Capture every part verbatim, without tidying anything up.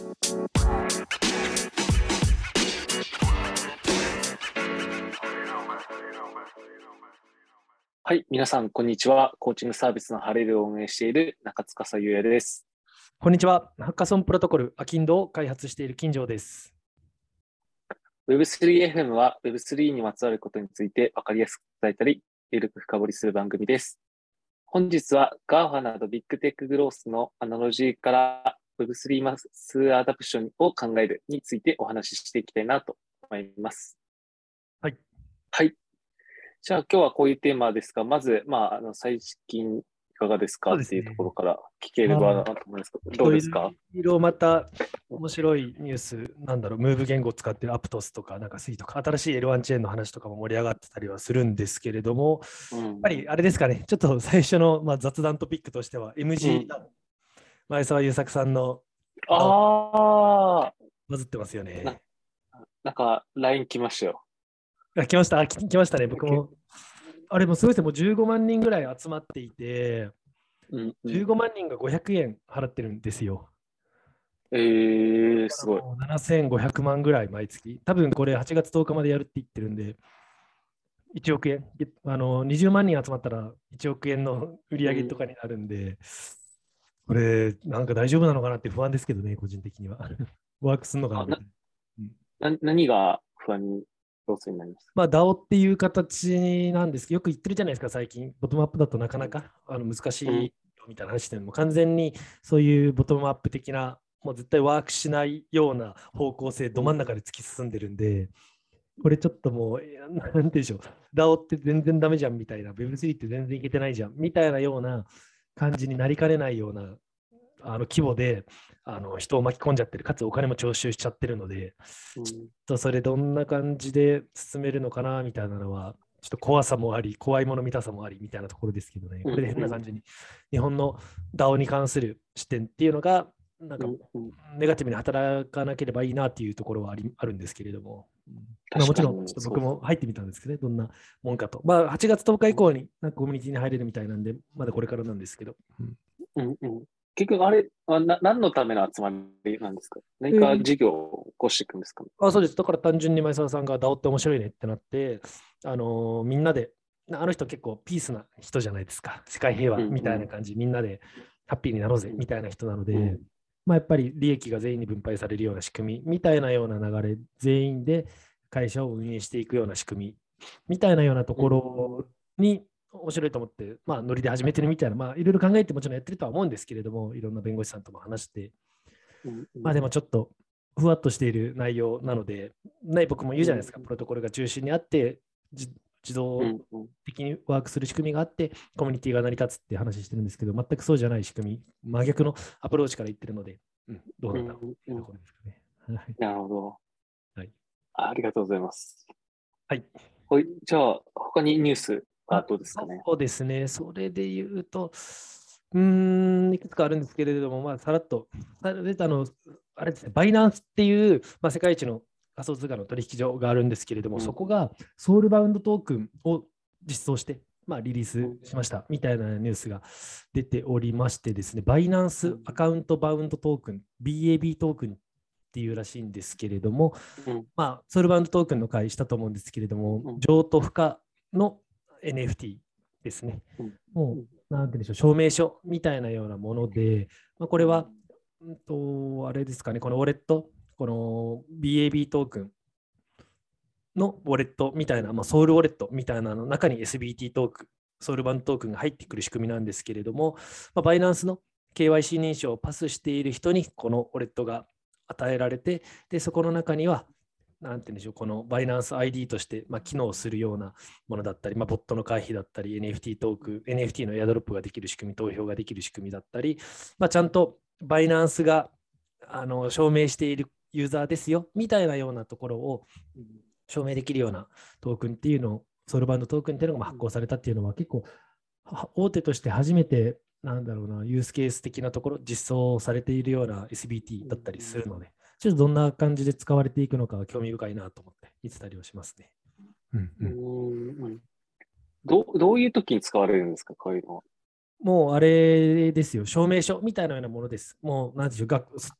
はい、皆さん、こんにちは。コーチングサービスのハレルを運営している中司優也です。 こんにちは。ハッカソンプロトコル、アキンドを開発している金城です。 ウェブスリーエフエム は ウェブスリー にまつわることについて分かりやすく伝えたり、ゆるく深掘りする番組です。本日は ガーファ などビッグテックグロースのアナロジーから ウェブスリー マスアダプションを考えるについてお話ししていきたいなと思います。 はい。 はい。じゃあ今日はこういうテーマですが、まず、まあ、あの最近いかがですかっていうところから聞ければなと思いますけど、どうですか？ いろいろまた面白いニュース、なんだろう、ムーブ言語を使っているアプトスとか、なんかスイとか、新しい エルワン チェーンの話とかも盛り上がってたりはするんですけれども、うん、やっぱりあれですかね、ちょっと最初の、まあ、雑談トピックとしては、エムジー、うん、前澤友作さんの、 ああ、 バズってますよね。 な、なんか ライン 来ましたよ。 あ、来ました、来、来ましたね、僕も。あれもすごいですね、もうじゅうごまんにんぐらい集まっていて、うんうん、じゅうごまんにんがごひゃくえん払ってるんですよ。 えー、すごい。 ななせんごひゃくまんぐらい毎月。多分これはちがつとおかまでやるって言ってるんで、いちおくえん。あのにじゅうまんにん集まったらいちおくえんの売り上げとかになるんで、うん、これなんか大丈夫なのかなって不安ですけどね、個人的には。ワークするのかなみたいな、な何が不安に要素になりますか？ まあ ダオ っていう形なんですけど、よく言ってるじゃないですか、最近。ボトムアップだとなかなかあの難しいみたいな話でも、完全にそういうボトムアップ的な、もう絶対ワークしないような方向性、ど真ん中で突き進んでるんで、これちょっともう、なんて言うんでしょう、ダオ って全然ダメじゃんみたいな、ウェブスリー って全然いけてないじゃんみたいなような感じになりかねないようなあの規模であの人を巻き込んじゃってる、かつお金も徴収しちゃってるので、うん、ちょっとそれどんな感じで進めるのかなみたいなのは、ちょっと怖さもあり、怖いもの見たさもありみたいなところですけどね、これで変な感じに日本の ダオ に関する視点っていうのが、なんかネガティブに働かなければいいなっていうところはありあるんですけれども、まあ、もちろんちょっと僕も入ってみたんですけどね、どんなもんかと。まあ、はちがつとおか以降になんかコミュニティに入れるみたいなんで、まだこれからなんですけど。 うんうん、結局、あれはな何のための集まりなんですか？何か事業を起こしていくんですか、ねえー、あそうです。だから単純に前澤さんが ダオ って面白いねってなって、あのー、みんなで、あの人結構ピースな人じゃないですか。世界平和みたいな感じ、うんうん、みんなでハッピーになろうぜみたいな人なので、うん、まあ、やっぱり利益が全員に分配されるような仕組みみたいなような流れ、全員で会社を運営していくような仕組みみたいなようなところに面白いと思って、まあ、ノリで始めてるみたいな、まあ、いろいろ考えてもちろんやってるとは思うんですけれども、いろんな弁護士さんとも話して、まあでもちょっとふわっとしている内容なので、ね、僕も言うじゃないですか、プロトコルが中心にあって、自動的にワークする仕組みがあって、コミュニティが成り立つって話してるんですけど、全くそうじゃない仕組み、真逆のアプローチから言ってるので、うん、どうなんだろうっていうところですかね。 なるほど。 はい。 ありがとうございます。 はい。 はい、じゃあ、他にニュースはどうですかね。 そうですね。それで言うと、うーん、いくつかあるんですけれども、まあ、さらっと、あの、あれですね、バイナンスっていう、まあ、世界一の仮想通貨の取引所があるんですけれども、うん、そこがソウルバウンドトークンを実装して、まあ、リリースしましたみたいなニュースが出ておりましてですね、バイナンスアカウントバウンドトークン、ビーエービー トークンっていうらしいんですけれども、うん、まあ、ソウルバウンドトークンの回したと思うんですけれども、うん、譲渡不可の エヌエフティー ですね。うん、もう、なんていうんでしょう、証明書みたいなようなもので、まあ、これは、うんと、あれですかね、このウォレット、この ビーエービー トークンのウォレットみたいな、まあ、ソウルウォレットみたいなの中に エスビーティー トークン、ソウルバンドトークンが入ってくる仕組みなんですけれども、まあ、バイナンスの ケーワイシー 認証をパスしている人にこのウォレットが与えられて、で、そこの中には、なんて言うんでしょう、このバイナンス アイディー として、まあ、機能するようなものだったり、まあ、ボットの回避だったり、エヌエフティー トーク、エヌエフティー のエアドロップができる仕組み、投票ができる仕組みだったり、まあ、ちゃんとバイナンスがあの証明しているユーザーですよ、みたいなようなところを証明できるようなトークンっていうのを、ソウルバンドトークンっていうのが発行されたっていうのは、結構、大手として初めて、なんだろうな、ユースケース的なところ、実装されているような エスビーティー だったりするので、ちょっとどんな感じで使われていくのか興味深いなと思って言ってたりはしますね。 うんうん、ど, どういう時に使われるんですか、こういうのは。 もうあれですよ、証明書みたいなようなものです。もう、なんでしょう、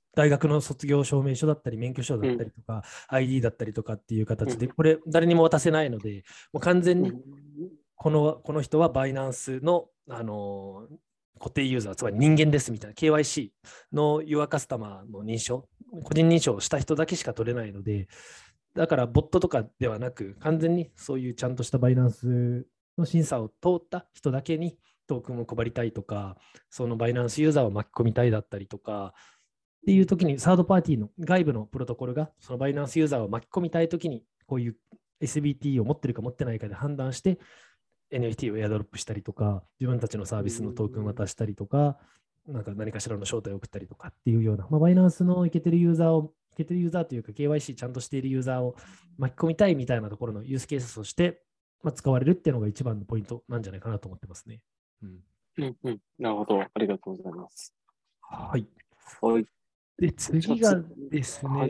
大学の卒業証明書だったり、免許証だったりとか、うん、アイディー だったりとかっていう形で、これ、誰にも渡せないので、もう完全にこの、この人はバイナンスの、あのー、固定ユーザー、つまり人間ですみたいな ケーワイシー の Your Customer の認証、個人認証をした人だけしか取れないので、だからボットとかではなく、完全にそういうちゃんとしたバイナンスの審査を通った人だけにトークンを配りたいとか、そのバイナンスユーザーを巻き込みたいだったりとか、っていう時にサードパーティーの外部のプロトコルがそのバイナンスユーザーを巻き込みたい時にこういう エスビーティー を持ってるか持ってないかで判断して エヌエフティー をエアドロップしたりとか、自分たちのサービスのトークン渡したりとか、なんか何かしらの招待を送ったりとかっていうような、まあ、バイナンスのいけてるユーザーを、いけてるユーザーというか ケーワイシー ちゃんとしているユーザーを巻き込みたいみたいなところのユースケースとして、まあ、使われるっていうのが一番のポイントなんじゃないかなと思ってますね。 うん。うんうん、なるほど。ありがとうございます。 はい。 はい。 で、次がですね、はい、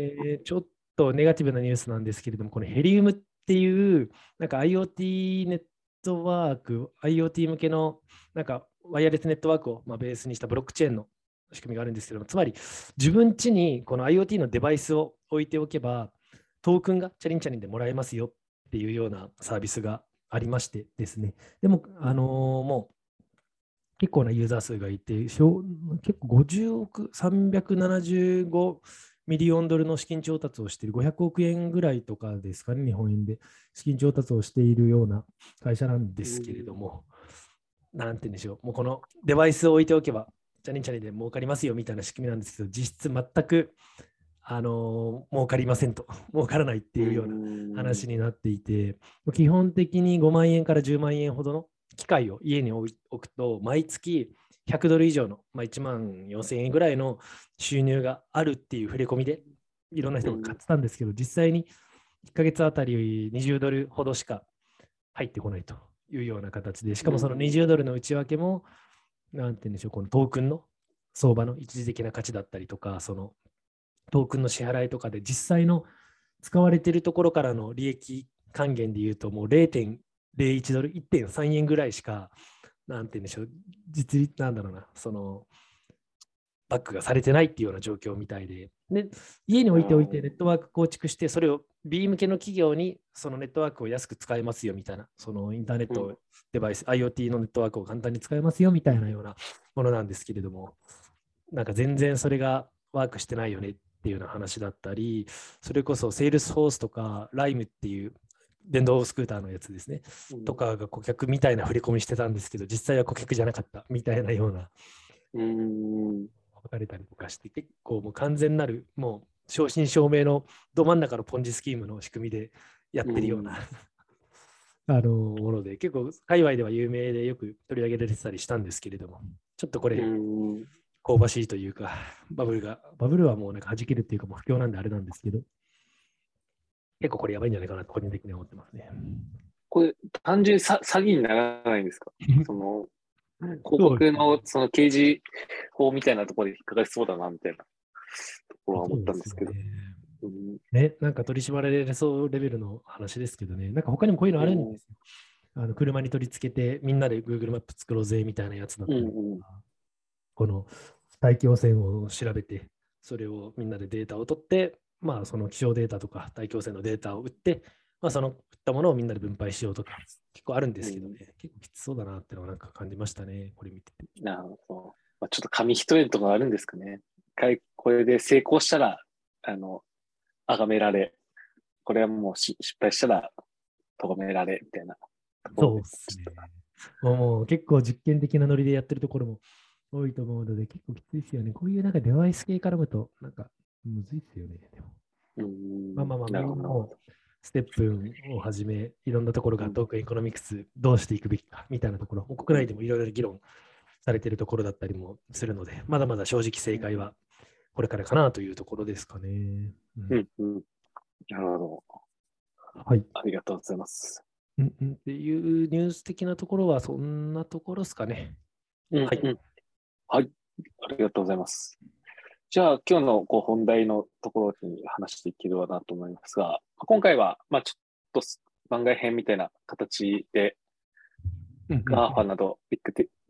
ちょっとネガティブなニュースなんですけれども、このヘリウムっていう、なんか IoT ネットワーク、IoT 向けのなんかワイヤレスネットワークをまあベースにしたブロックチェーンの仕組みがあるんですけども、つまり自分家にこの IoT のデバイスを置いておけば、トークンがチャリンチャリンでもらえますよっていうようなサービスがありましてですね。でも、あのー、もう結構なユーザー数がいて、結構ごじゅうおく、さんびゃくななじゅうごミリオンドルの資金調達をしている、ごひゃくおくえんぐらいとかですかね、日本円で資金調達をしているような会社なんですけれども、なんて言うんでしょう、もうこのデバイスを置いておけば、チャリンチャリンで儲かりますよみたいな仕組みなんですけど、実質全く、あのー、儲かりませんと、儲からないっていうような話になっていて、基本的にごまんえんからじゅうまんえんほどの機械を家に置くと、毎月ひゃくドル以上の、まあ、いちまんよんせんえんぐらいの収入があるっていう触れ込みで、いろんな人が買ってたんですけど、実際にいっかげつあたりにじゅうドルほどしか入ってこないというような形で、しかもそのにじゅうドルの内訳も、なんて言うんでしょう、このトークンの相場の一時的な価値だったりとか、そのトークンの支払いとかで実際の使われているところからの利益還元でいうと、もう れいてんぜろいちドル、いってんさんえんぐらいしか、なんて言うんでしょう、実利、なんだろうな、その、バックがされてないっていうような状況みたいで、で、家に置いておいてネットワーク構築して、それを B 向けの企業にそのネットワークを安く使えますよみたいな、そのインターネットデバイス、うん、IoT のネットワークを簡単に使えますよみたいなようなものなんですけれども、なんか全然それがワークしてないよねっていうような話だったり、それこそ Salesforce とか ライム っていう電動スクーターのやつですね、うん、とかが顧客みたいな振り込みしてたんですけど、実際は顧客じゃなかったみたいなような、 うーん、 分かれたりとかして、結構もう完全なる、もう正真正銘のど真ん中のポンジスキームの仕組みでやってるような、うん、あのもので、結構界隈では有名でよく取り上げられてたりしたんですけれども、ちょっとこれ、うん香ばしいというか、バブルが、バブルはもうなんか弾けるっていうか、もう不況なんであれなんですけど、結構これやばいんじゃないかなと個人的には思ってますね。 これ、単純に詐欺にならないんですか？その、広告のその刑事法みたいなところで引っかかりそうだな、みたいなところは思ったんですけど。ね、 うん、ね、なんか取り締まられそうレベルの話ですけどね、なんか他にもこういうのあるんですよ。うん、あの車に取り付けてみんなで Google マップ作ろうぜみたいなやつだったりとか、うんうん、この大気汚染を調べて、それをみんなでデータを取って、まあ、その気象データとか大気汚染のデータを売って、まあ、その売ったものをみんなで分配しようとか、結構あるんですけどね、うん、結構きつそうだなってのはなんか感じましたね、これ見てて。 なるほど。まあ、ちょっと紙一重とかあるんですかね。一回これで成功したら、あの、崇められ、これはもう失敗したら、咎められ、みたいな。 そうですね。もう結構実験的なノリでやってるところも多いと思うので、結構きついですよね。こういうなんかデバイス系絡むと、なんかむずいですよね。でもうんまあまあまあ、みんなもステップをはじめ、いろんなところがトークンエコノミクスどうしていくべきかみたいなところ、国内でもいろいろ議論されているところだったりもするので、まだまだ正直正解はこれからかなというところですかね。 うん、うん、うん。なるほど。 はい。 ありがとうございます。 うんうん、っていうニュース的なところはそんなところですかね。 うん、はい、うん。はい。ありがとうございます。じゃあ、今日のこう本題のところに話していければなと思いますが、今回は、まあ、ちょっと番外編みたいな形で、ガーファなどビッグテ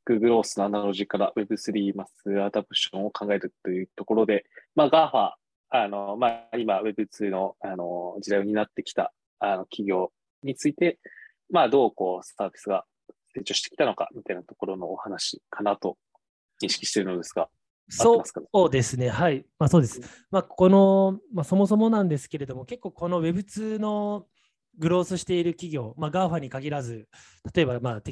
クグロースのアナロジーから ウェブスリー マスアダプションを考えるというところで、まあ、ガーファ、あの、まあ、今 ウェブツー の、あの、時代を担ってきた、あの、企業について、まあ、どうこう、サービスが成長してきたのか、みたいなところのお話かなと認識しているのですが、合ってますかね。 そうですね。はい。まあそうです。まあこの、まあそもそもなんですけれども、結構この ウェブツー のグロースしている企業、まあ ガーファ に限らず、例えばまあ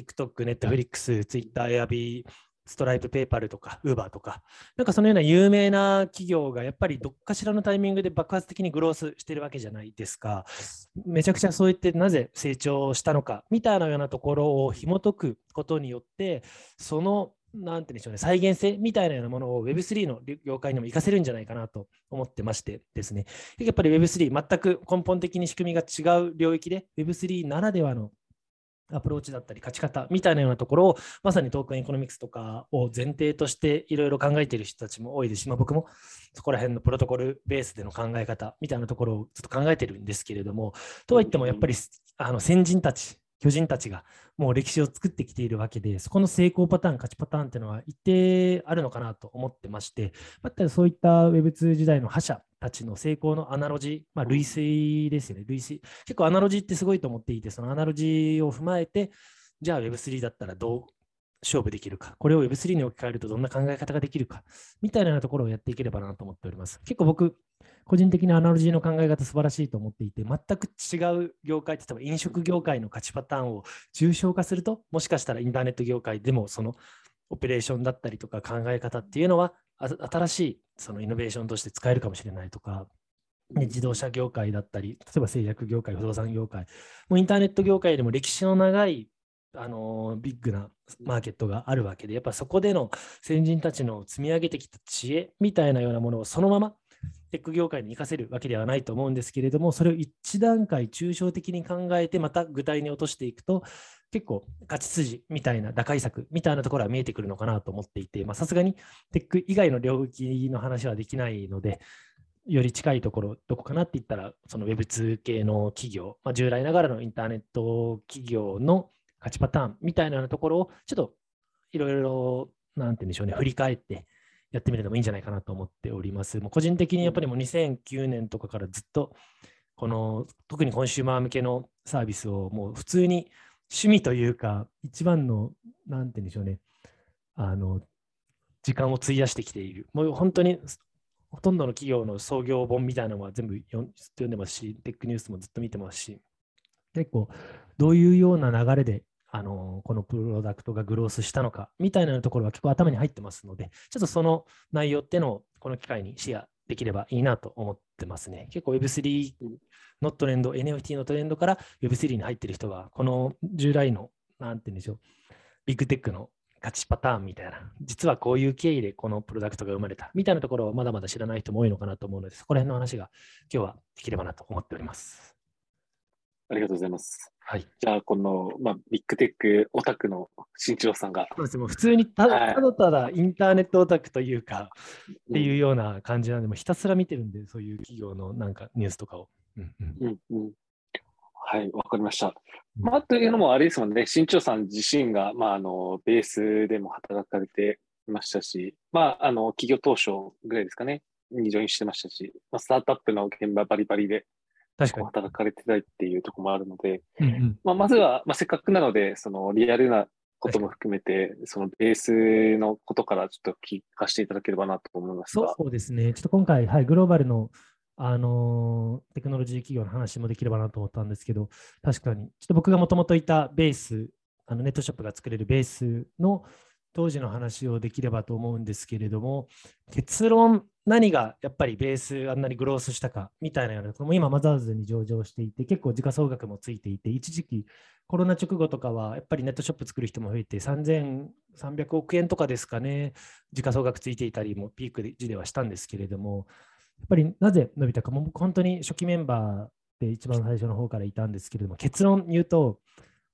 TikTok、Netflix、Twitter、Airb、ストライプ、ペイパルとか、Uber とか、なんかそのような有名な企業がやっぱりどっかしらのタイミングで爆発的にグロースしてるわけじゃないですか。めちゃくちゃそういってなぜ成長したのかみたいなようなところを紐解くことによって、そのなんて言うんでしょうね、再現性みたいなようなものを ウェブスリー の業界にも活かせるんじゃないかなと思ってましてですね。やっぱり ウェブスリー、全く根本的に仕組みが違う領域で ウェブスリー ならではのアプローチだったり勝ち方みたいなようなところをまさにトークンエコノミクスとかを前提としていろいろ考えている人たちも多いですし、まあ、僕もそこら辺のプロトコルベースでの考え方みたいなところをずっと考えてるんですけれども、とはいってもやっぱりあの先人たち巨人たちがもう歴史を作ってきているわけで、そこの成功パターン、勝ちパターンっていうのは一定あるのかなと思ってまして、またそういった ウェブツー 時代の覇者たちの成功のアナロジー、まあ、類推ですよね、類推。結構アナロジーってすごいと思っていて、そのアナロジーを踏まえて、じゃあ ウェブスリー だったらどう勝負できるか、これを ウェブスリー に置き換えるとどんな考え方ができるか、みたいなところをやっていければなと思っております。結構僕、個人的にアナロジーの考え方素晴らしいと思っていて、全く違う業界、例えば飲食業界の勝ちパターンを抽象化すると、もしかしたらインターネット業界でもそのオペレーションだったりとか考え方っていうのは、新しいそのイノベーションとして使えるかもしれないとか、ね、自動車業界だったり、例えば製薬業界、不動産業界、もうインターネット業界でも歴史の長いあのビッグなマーケットがあるわけで、やっぱそこでの先人たちの積み上げてきた知恵みたいなようなものをそのままテック業界に生かせるわけではないと思うんですけれども、それを一段階抽象的に考えて、また具体に落としていくと、結構勝ち筋みたいな打開策みたいなところは見えてくるのかなと思っていて、さすがにテック以外の領域の話はできないので、より近いところ、どこかなって言ったら、その ウェブツー 系の企業、まあ、従来ながらのインターネット企業の勝ちパターンみたいなところを、ちょっといろいろ、なんて言うんでしょうね、振り返ってやってみるのもいいんじゃないかなと思っております。もう個人的にやっぱりもうにせんきゅうねんとかからずっと、この特にコンシューマー向けのサービスをもう普通に趣味というか、一番の、なんて言うんでしょうね、あの、時間を費やしてきている。もう本当にほとんどの企業の創業本みたいなのは全部読んでますし、テックニュースもずっと見てますし、結構どういうような流れであのこのプロダクトがグロースしたのかみたいなところは結構頭に入ってますので、ちょっとその内容っていうのをこの機会にシェアできればいいなと思ってますね。結構 ウェブスリー のトレンド、エヌエフティー のトレンドから ウェブスリー に入っている人が、この従来の、なんて言うんでしょう、ビッグテックの勝ちパターンみたいな、実はこういう経緯でこのプロダクトが生まれたみたいなところをまだまだ知らない人も多いのかなと思うので、そこら辺の話が今日はできればなと思っております。 ありがとうございます。 はい。 じゃあ、この、まあ、ビッグテックオタクの新一郎さんが。 そうですね、もう普通にただただただインターネットオタクというか、っていううんような感じなんで、もうひたすら見てるんで、そういう企業のなんかニュースとかを。うんうんうんうんはい、わかりました。 うんまあ、というのもあれですもんね、新潮さん自身が、まあ、あの、ベースでも働かれていましたし、まあ、あの、企業当初ぐらいですかね、にジョインしてましたし、まあ、スタートアップの現場バリバリで、こう確かに。 働かれてたいっていうところもあるので、 うんうん、 まあ、まずは、まあ、せっかくなので、そのリアルなことも確かに。 含めて、そのベースのことからちょっと聞かせていただければなと思いますが。 そうですね。ちょっと今回、はい、グローバルの、あのーテクノロジー企業の話もできればなと思ったんですけど、確かに、ちょっと僕がもともといたベース、あのネットショップが作れるベースの当時の話をできればと思うんですけれども、結論、何がやっぱりベースあんなにグロースしたかみたいなようなことも今、マザーズに上場していて、結構時価総額もついていて、一時期コロナ直後とかはやっぱりネットショップ作る人も増えてさんぜんさんびゃくおくえんとかですかね、時価総額ついていたりもピーク時ではしたんですけれども、やっぱりなぜ伸びたかも、僕本当に初期メンバーで一番最初の方からいたんですけれども、結論言うと、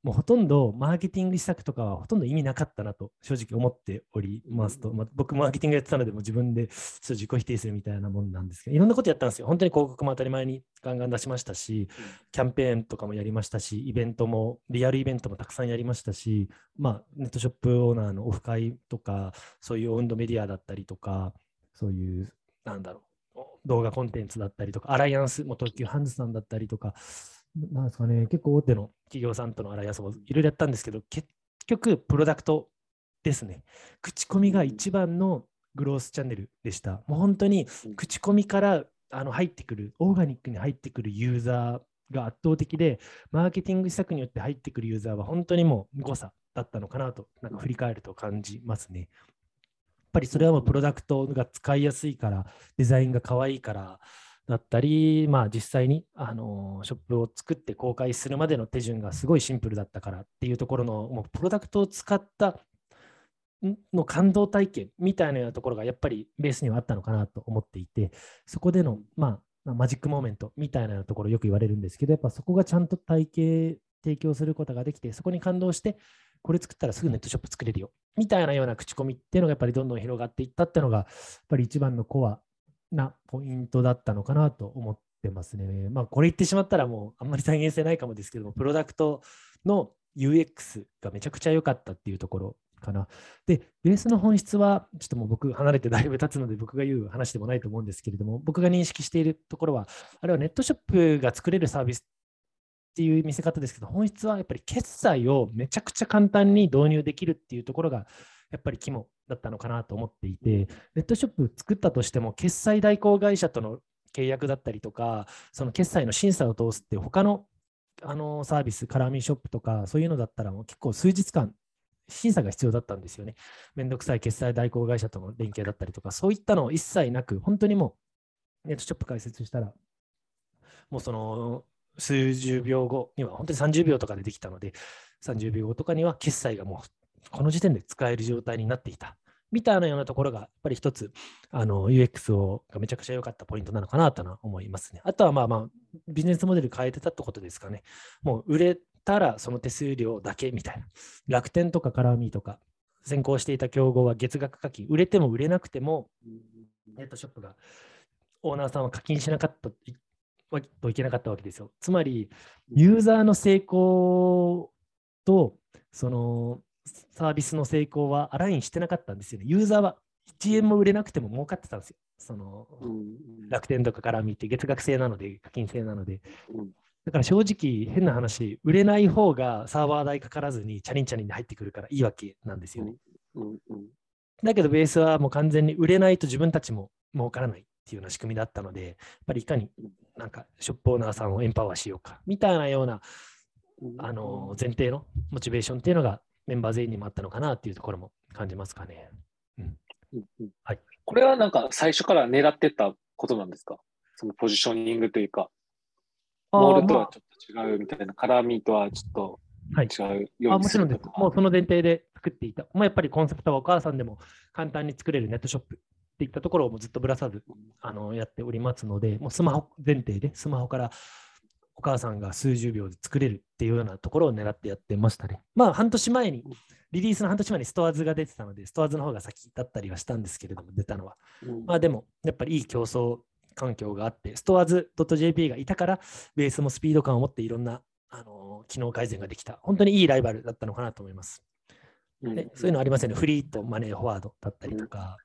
もうほとんどマーケティング施策とかはほとんど意味なかったなと正直思っておりますと、まあ、僕マーケティングやってたのでもう自分でそう自己否定するみたいなもんなんですけど、いろんなことやったんですよ。本当に広告も当たり前にガンガン出しましたし、キャンペーンとかもやりましたし、イベントも、リアルイベントもたくさんやりましたし、まあ、ネットショップオーナーのオフ会とか、そういうオウンドメディアだったりとか、そういう、なんだろう、動画コンテンツだったりとか、アライアンス、も東急ハンズさんだったりとか、なんですかね、結構大手の企業さんとのアライアンスもいろいろやったんですけど、結局、プロダクトですね。口コミが一番のグロースチャンネルでした。もう本当に口コミからあの入ってくる、オーガニックに入ってくるユーザーが圧倒的で、マーケティング施策によって入ってくるユーザーは本当にもう誤差だったのかなと、なんか振り返ると感じますね。やっぱりそれはもうプロダクトが使いやすいから、デザインが可愛いからだったり、まあ、実際にあのショップを作って公開するまでの手順がすごいシンプルだったからっていうところの、もうプロダクトを使ったの感動体験みたいなところがやっぱりベースにはあったのかなと思っていて、そこでの、まあ、マジックモーメントみたいなところよく言われるんですけど、やっぱそこがちゃんと体系提供することができて、そこに感動して、これ作ったらすぐネットショップ作れるよみたいなような口コミっていうのがやっぱりどんどん広がっていったっていうのが、やっぱり一番のコアなポイントだったのかなと思ってますね。まあ、これ言ってしまったらもうあんまり再現性ないかもですけども、プロダクトの ユーエックス がめちゃくちゃ良かったっていうところかな。で、ベースの本質は、ちょっともう僕離れてだいぶ経つので僕が言う話でもないと思うんですけれども、僕が認識しているところは、あれはネットショップが作れるサービスっていう見せ方ですけど、本質はやっぱり決済をめちゃくちゃ簡単に導入できるっていうところが、やっぱり肝だったのかなと思っていて、ネットショップ作ったとしても、決済代行会社との契約だったりとか、その決済の審査を通すって他のあのサービス、カラーミーショップとか、そういうのだったらもう結構数日間、審査が必要だったんですよね。めんどくさい決済代行会社との連携だったりとか、そういったのを一切なく、本当にもうネットショップ開設したら、もうその数十秒後には、本当にさんじゅうびょうとかでできたので、さんじゅうびょうごとかには決済がもうこの時点で使える状態になっていた。みたいなようなところが、やっぱり一つ、あの、ユーエックス をがめちゃくちゃ良かったポイントなのかなとは思いますね。あとは、まあまあ、ビジネスモデル変えてたってことですかね。もう売れたらその手数料だけみたいな。楽天とかカラーミーとか、先行していた競合は月額課金、売れても売れなくても、ネットショップが、オーナーさんは課金しなかったといけなかったわけですよ。つまり、ユーザーの成功と、その、サービスの成功はアラインしてなかったんですよね。ユーザーはいちえんも売れなくても儲かってたんですよ。その、楽天とかから見て月額制なので、課金制なので。だから正直、変な話、売れない方がサーバー代かからずにチャリンチャリンで入ってくるからいいわけなんですよね。だけど、ベースはもう完全に売れないと自分たちも儲からないっていうような仕組みだったので、やっぱりいかになんかショップオーナーさんをエンパワーしようかみたいなようなあの前提のモチベーションっていうのがメンバー全員にもあったのかなっていうところも感じますかね。うんはい、これはなんか最初から狙ってたことなんですか？そのポジショニングというか、モールとはちょっと違うみたいな、カラーミーとはちょっと違うようにするとか。 はい、あ、もちろんです。もうその前提で作っていた。もうやっぱりコンセプトはお母さんでも簡単に作れるネットショップっていったところをもうずっとぶらさずあのやっておりますので、もうスマホ前提でスマホからお母さんが数十秒で作れるっていうようなところを狙ってやってましたね。まあ半年前に、リリースの半年前にストアーズが出てたので、ストアーズの方が先だったりはしたんですけれども、出たのは。まあでも、やっぱりいい競争環境があって、ストアーズ .jp がいたから、ベースもスピード感を持っていろんな、あのー、機能改善ができた。本当にいいライバルだったのかなと思います。でそういうのありますよね。フリーとマネーフォワードだったりとか、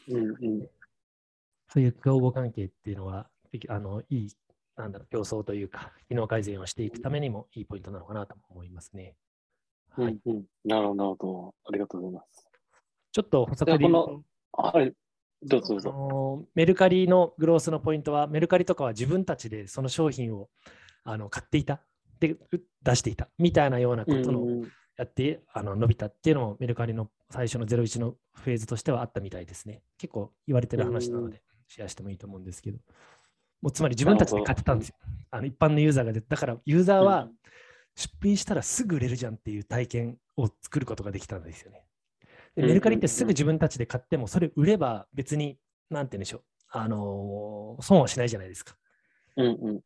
そういう競合関係っていうのは、あのいいなんだろう競争というか、機能改善をしていくためにもいいポイントなのかなと思いますね。 はい、うんうん、なるほど、なるほど。ありがとうございます。 ちょっと補足で言うと、 はい、どうぞどうぞ。 メルカリのグロースのポイントは、メルカリとかは自分たちでその商品をあの買っていた、で出していたみたいなようなことのやって、あの伸びたっていうのもメルカリの最初のゼロイチのフェーズとしてはあったみたいですね。結構言われてる話なので、シェアしてもいいと思うんですけど。もうつまり自分たちで買ってたんですよ。あの一般のユーザーがで、だからユーザーは出品したらすぐ売れるじゃんっていう体験を作ることができたんですよね。でメルカリってすぐ自分たちで買っても、それ売れば別に、なんて言うんでしょう、あのー、損はしないじゃないですか。 うんうん、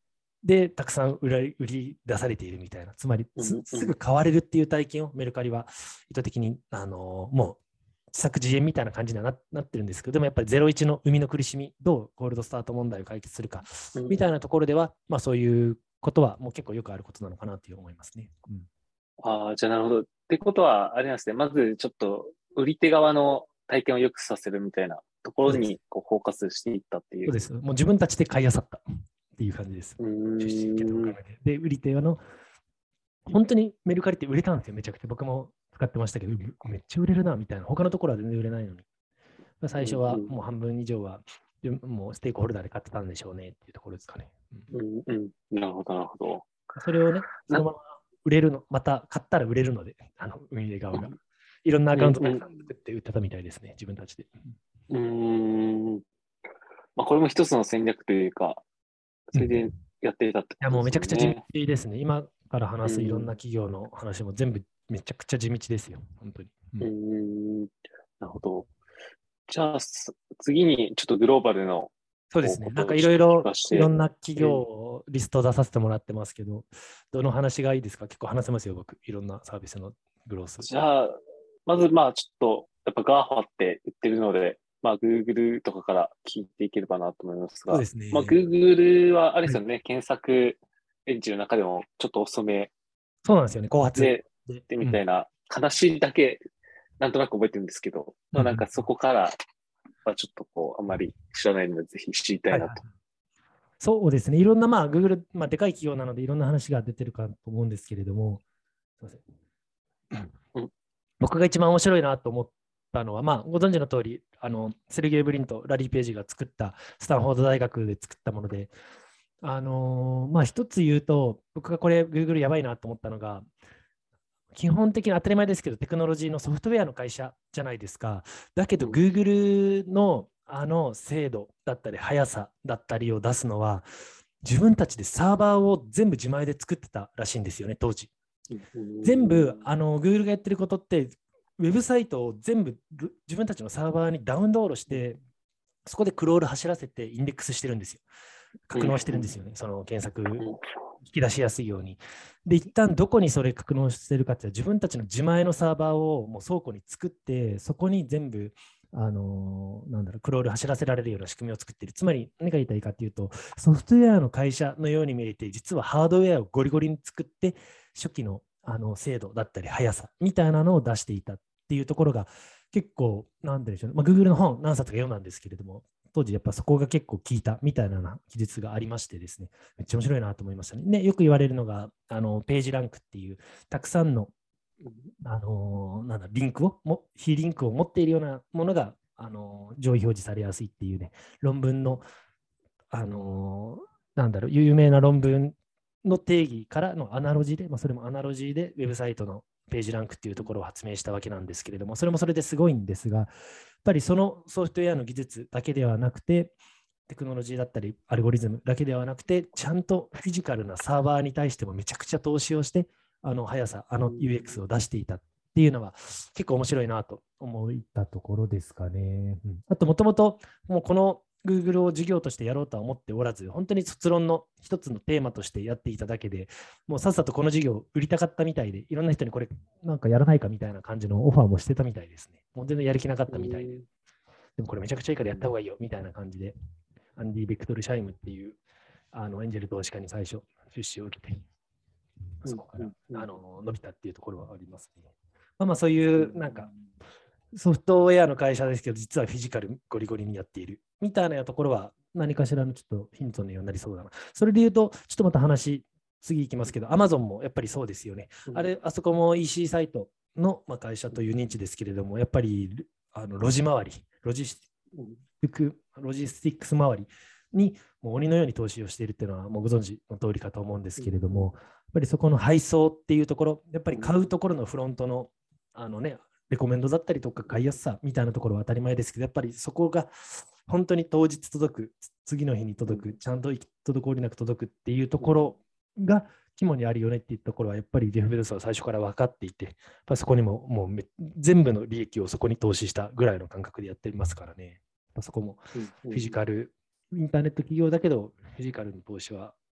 で、たくさん売ら売り出されているみたいな、つまりす、 うんうんすぐ買われるっていう体験をメルカリは意図的に、あのもう自作自演みたいな感じには な, なってるんですけど、でもやっぱりゼロイチの生みの苦しみ、どうゴールドスタート問題を解決するかうんみたいなところでは、まあ、そういうことはもう結構よくあることなのかなという思いますね。うん、 ああ、じゃあなるほど。ってことは、あれなんですね。まずちょっと売り手側の体験を良くさせるみたいなところそうです。 にこうフォーカスしていったっていう。 そうです。もう自分たちで買い漁ったっていう感じです。 うー出資受けておん。 金で。で、売り手の本当にメルカリって売れたんですよ、めちゃくちゃ。僕も使ってましたけど、めっちゃ売れるな、みたいな。他のところは全然売れないのに。最初はうんもう半分以上は、もうステークホルダーで買ってたんでしょうねっていうところですかね。うん、 うんうん。なるほど、なるほど。 それをね、そな、 のまま売れるの、また買ったら売れるので、あの運営側が。いろんなアカウントうんうん。 たくさん作って売ってたみたいですね、自分たちで。 うーん。まあ、これも一つの戦略というか、 うん、いそれでやっていたってこや、 とでもうめちゃくちゃ地すもんね。 道ですね。今から話すいろんうん。 な企業の話も全部めちゃくちゃ地道ですよ、本当に。ううーん、 ん。なるほど。じゃあ、す次にちょっとグローバルのこうそうですね。なんかことをちょっと聞いろいろ、 かして、 いろんな企業うん。 をリスト出させてもらってますけど、どの話がいいですか？結構話せますよ、僕。いろんなサービスのグロース。 じゃあ、まずまあちょっと、やっぱガーファって言ってるので、まあ Google とかから聞いていければなと思いますそうが、まあですね。 Google はあれではい。 すよね、検索エンジンの中でもちょっと遅めそうなんですよね、後発。 で、 で、 でうん。 みたいな話だけなんとなく覚えてるんですけど、 うんうん。 まあなんかそこからはちょっとこう、あんまり知らないので、ぜひ知りたいなと。 はいはい。そうですね。いろんな、まあ、Google、まあ、でかい企業なので、いろんな話が出てるかと思うんですけれども、すいません。 うん、 僕が一番面白いなと思ったのは、まあ、ご存知の通り、あの、セルゲイ・ブリンとラリー・ページが作ったスタンフォード大学で作ったもので、あのーまあ、一つ言うと、僕がこれ、Google やばいなと思ったのが、基本的に当たり前ですけど、テクノロジーのソフトウェアの会社じゃないですか。だけど、 うん、 Google のあの精度だったり、速さだったりを出すのは、自分たちでサーバーを全部自前で作ってたらしいんですよね、当時。 うん、 全部、 うん、 あの、Google がやってることって、ウェブサイトを全部自分たちのサーバーにダウンロードして、そこでクロール走らせてインデックスしてるんですよ。 うん、 格納してるんですよね、その検索うん、 引き出しやすいように。で、一旦どこにそれ格納してるかっていうと、自分たちの自前のサーバーをもう倉庫に作って、そこに全部、あのーなんだろう、クロール走らせられるような仕組みを作っている。つまり、何が言いたいかっていうと、ソフトウェアの会社のように見えて、実はハードウェアをゴリゴリに作って、初期の、あの精度だったり、速さみたいなのを出していたっていうところが、結構、なんでしょうね、まあ、Google の本何冊か読んだんですけれども、当時やっぱそこが結構効いたみたいな記述がありましてですね、めっちゃ面白いなと思いましたね。ね、よく言われるのが、あのページランクっていう、たくさんの、あのなんだリンクをも、非リンクを持っているようなものが、あの上位表示されやすいっていうね、論文の、あのなんだろう、有名な論文の定義からのアナロジーで、まあ、それもアナロジーでウェブサイトのページランクっていうところを発明したわけなんですけれども、それもそれですごいんですが、やっぱりそのソフトウェアの技術だけではなくて、テクノロジーだったり、アルゴリズムだけではなくて、ちゃんとフィジカルなサーバーに対してもめちゃくちゃ投資をして、あの速さ、あの ユーエックス を出していたっていうのは、結構面白いなと思ったところですかね。うん、あと、もともと、もうこの Google を事業としてやろうとは思っておらず、本当に卒論の一つのテーマとしてやっていただけで、もうさっさとこの事業を売りたかったみたいで、いろんな人にこれなんかやらないかみたいな感じのオファーもしてたみたいですね。もう全然やる気なかったみたいで。でもこれめちゃくちゃいいからやった方がいいよみたいな感じで、アンディ・ベクトル・シャイムっていうあのエンジェル投資家に最初出資を受けて、そこからあの伸びたっていうところはありますね。まあまあそういうなんかソフトウェアの会社ですけど、実はフィジカルゴリゴリにやっているみたいなところは何かしらのちょっとヒントのようになりそうだな。それで言うと、ちょっとまた話、次行きますけど、アマゾンもやっぱりそうですよね。あれ、あそこも イーシー サイトの会社という認知ですけれども、やっぱりあの路地回り、ロジスティック、ロジスティックス周りにもう鬼のように投資をしているっていうのはもうご存知の通りかと思うんですけれども、やっぱりそこの配送っていうところ、やっぱり買うところのフロントのあのね、レコメンドだったりとか買いやすさみたいなところは当たり前ですけど、やっぱりそこが本当に当日届く、次の日に届く、ちゃんと滞りなく届くっていうところが肝にあるよねっていうところは、やっぱりジェフ・ベゾスは最初から分かっていて、やっぱそこにももう全部の利益をそこに投資したぐらいの感覚でやってますからね。そこもフィジカル、インターネット企業だけど、フィジカルの投資は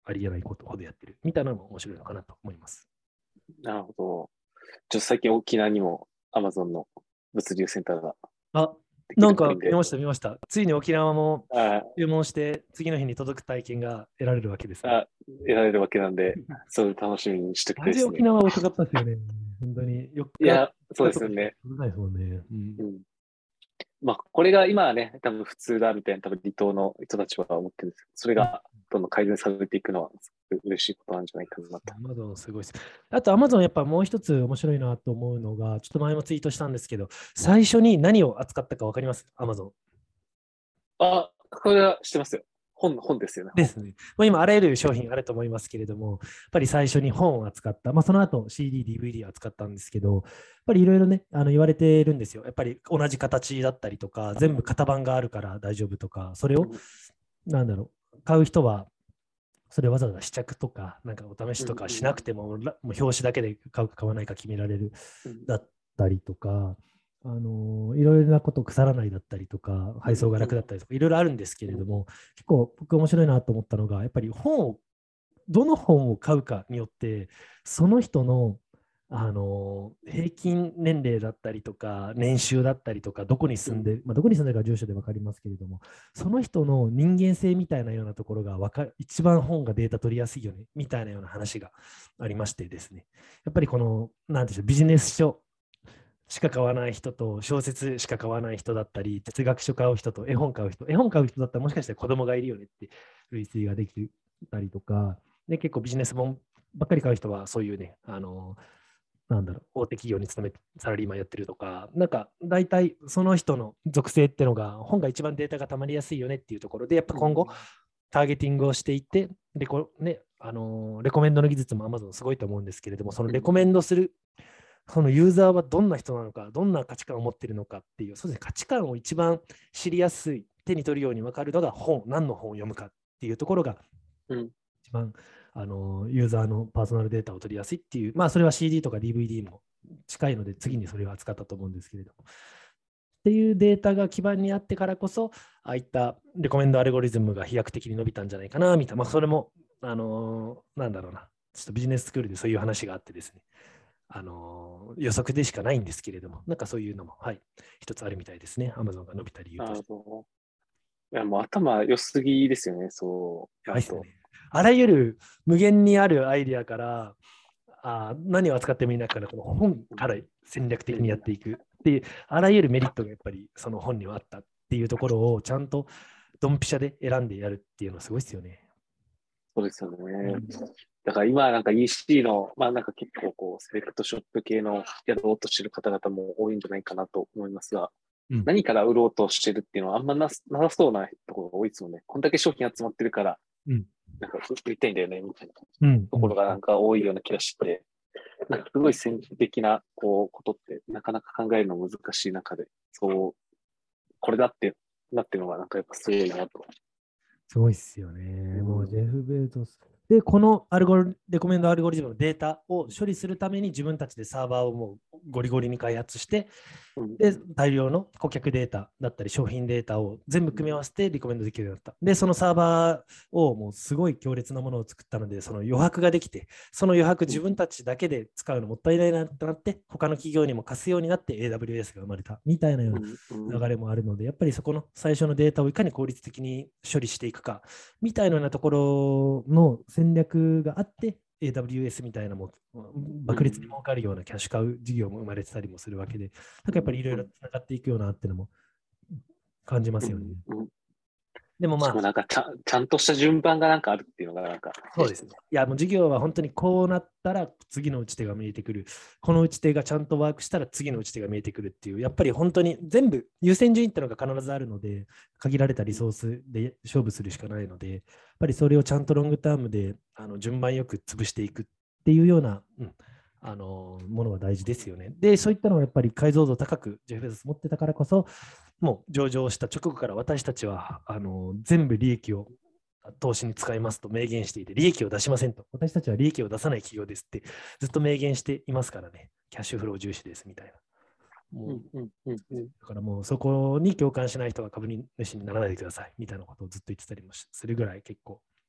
ありえないことほどやってるみたいなのも面白いのかなと思います。 なるほど。ちょっと最近沖縄にも Amazon の物流センターがあ、 できなんるっぽいんで。 か見ました、見ました。ついに沖縄もあ注文して、次の日に届く体験が得られるわけですね。 あ、得られるわけなんで、それ楽しみにしときたマジいですね。 沖縄遅かったですよね。本当に。よっかいや、そうですよとかしかね。 届かないですもんね。うんうん。まあ、これが今はね、多分普通だみたいな、多分離島の人たちは思ってるんですけど、それうん。 がどんどん改善されていくのは、すごく嬉しいことなんじゃないかなと。 アマゾンすごいです。あと、アマゾンやっぱもう一つ面白いなと思うのが、ちょっと前もツイートしたんですけど、最初に何を扱ったか分かりますアマゾン。 あ、これは知ってますよ。本、本ですよね、本。 ですね。まあ、今、あらゆる商品あると思いますけれども、やっぱり最初に本を扱った、まあ、その後 シーディー、ディーブイディー を扱ったんですけど、やっぱりいろいろね、あの言われてるんですよ。やっぱり同じ形だったりとか、全部型番があるから大丈夫とか、それを、 うんなんだろう、買う人は、それわざわざ試着とか、なんかお試しうんとかしなくても、らもう表紙だけで買うか買わないか決められるうんだったりとか、あのいろいろなこと腐らないだったりとか、配送が楽だったりとか、いろいろあるんですけれども、結構僕面白いなと思ったのが、やっぱり本を、どの本を買うかによって、その人の、あの平均年齢だったりとか、年収だったりとか、どこに住んで、まあ、どこに住んでるか住所で分かりますけれども、その人の人間性みたいなようなところがわか一番本がデータ取りやすいよね、みたいなような話がありましてですね、やっぱりこの、なんでしょう、ビジネス書しか買わない人と、小説しか買わない人だったり、哲学書買う人と、絵本買う人、絵本買う人だったらもしかしたら子供がいるよねって類推ができたりとか、で結構ビジネス本ばっかり買う人は、そういうね、あの、なんだろう、大手企業に勤めてサラリーマンやってるとか、なんか大体その人の属性っていうのが、本が一番データが溜まりやすいよねっていうところで、やっぱ今後、ターゲティングをしていって、レコ,、ねあのーレコメンドの技術も Amazon すごいと思うんですけれども、そのレコメンドする、そのユーザーはどんな人なのか、どんな価値観を持っているのかっていう、そうですね、価値観を一番知りやすい、手に取るように分かるのが本、何の本を読むかっていうところが、 うん一番あのユーザーのパーソナルデータを取りやすいっていう、まあそれは シーディー とか ディーブイディー も近いので、次にそれを扱ったと思うんですけれども。っていうデータが基盤にあってからこそ、ああいったレコメンドアルゴリズムが飛躍的に伸びたんじゃないかな、みたいな、まあそれも、あのーなんだろうな、ちょっとビジネススクールでそういう話があってですね、あのー予測でしかないんですけれども、なんかそういうのも、はい、一つあるみたいですね、Amazon が伸びた理由となして。 るほど。いや、もう頭良すぎですよね、そうなると。 やばいっすね。あらゆる無限にあるアイディアから、あ何を扱ってもいい中から、この本から戦略的にやっていくっていう、あらゆるメリットがやっぱりその本にはあったっていうところをちゃんとドンピシャで選んでやるっていうのはすごいですよね。 そうですよね。 うんだから今なんか イーシー の、まあなんか結構こう、セレクトショップ系のやろうとしてる方々も多いんじゃないかなと思いますが、 うん何から売ろうとしてるっていうのはあんまななさそうなところが多いですもんね。こんだけ商品集まってるから、 うんなんか売りたいんだよね、みたいなうんところがなんか多いような気がして、なんかすごい戦略的なこうことってなかなか考えるの難しい中で、そう、これだってなってるのがなんかやっぱすごいなと。 すごいっすよね。もううんジェフ・ベゾス。で、このアルゴリレコメンドアルゴリズムのデータを処理するために自分たちでサーバーをもうゴリゴリに開発して、 うんで、大量の顧客データだったり商品データを全部組み合わせてリコメンドできるようになった。で、そのサーバーをもうすごい強烈なものを作ったので、その余白ができて、その余白自分たちだけで使うのもったいないなってなって、他の企業にも貸すようになって エーダブリューエス が生まれたみたいなようなうんうん流れもあるので、やっぱりそこの最初のデータをいかに効率的に処理していくかみたいなようなところの戦略があって、エーダブリューエス みたいなも爆裂に儲かるようなキャッシュ買う事業も生まれてたりもするわけで、なんかやっぱりいろいろつながっていくようなっていうのも感じますよね。 うんうんでもまあ、 しかもなんかちゃん、ちゃんとした順番がなんかあるっていうのがなんか。 そうですね。いや、もう事業は本当にこうなったら次の打ち手が見えてくる。この打ち手がちゃんとワークしたら次の打ち手が見えてくるっていう、やっぱり本当に全部優先順位っていうのが必ずあるので、限られたリソースで勝負するしかないので、やっぱりそれをちゃんとロングタームであの順番よく潰していくっていうような、うん、あのものは大事ですよね。で、そういったのはやっぱり解像度高くジェフ・ベゾス持ってたからこそ、もう上場した直後から私たちはあの全部利益を投資に使いますと明言していて、利益を出しませんと。私たちは利益を出さない企業ですってずっと明言していますからね。キャッシュフロー重視ですみたいな。もううんうんうんだからもうそこに共感しない人は株主にならないでくださいみたいなことをずっと言ってたりもするぐらい結構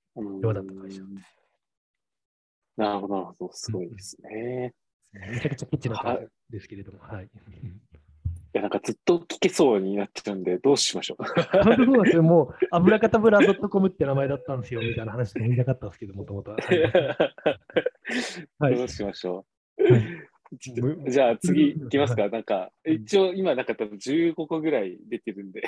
ようだった会社。 なるほど、なるほど。すごいですね。 めちゃくちゃケチな会社ですけれども、はい。いや、なんかずっと聞けそうになっちゃうんで、どうしましょう。 本当そうなんですよ。もう、アブラカタブラ .com って名前だったんですよ、みたいな話とか言いたかったんですけど、もともとは。はい。 どうしましょはい。 う。ちょっとじゃあ次行きますか。なんか、一応今なんか多分じゅうごこぐらい出てるんで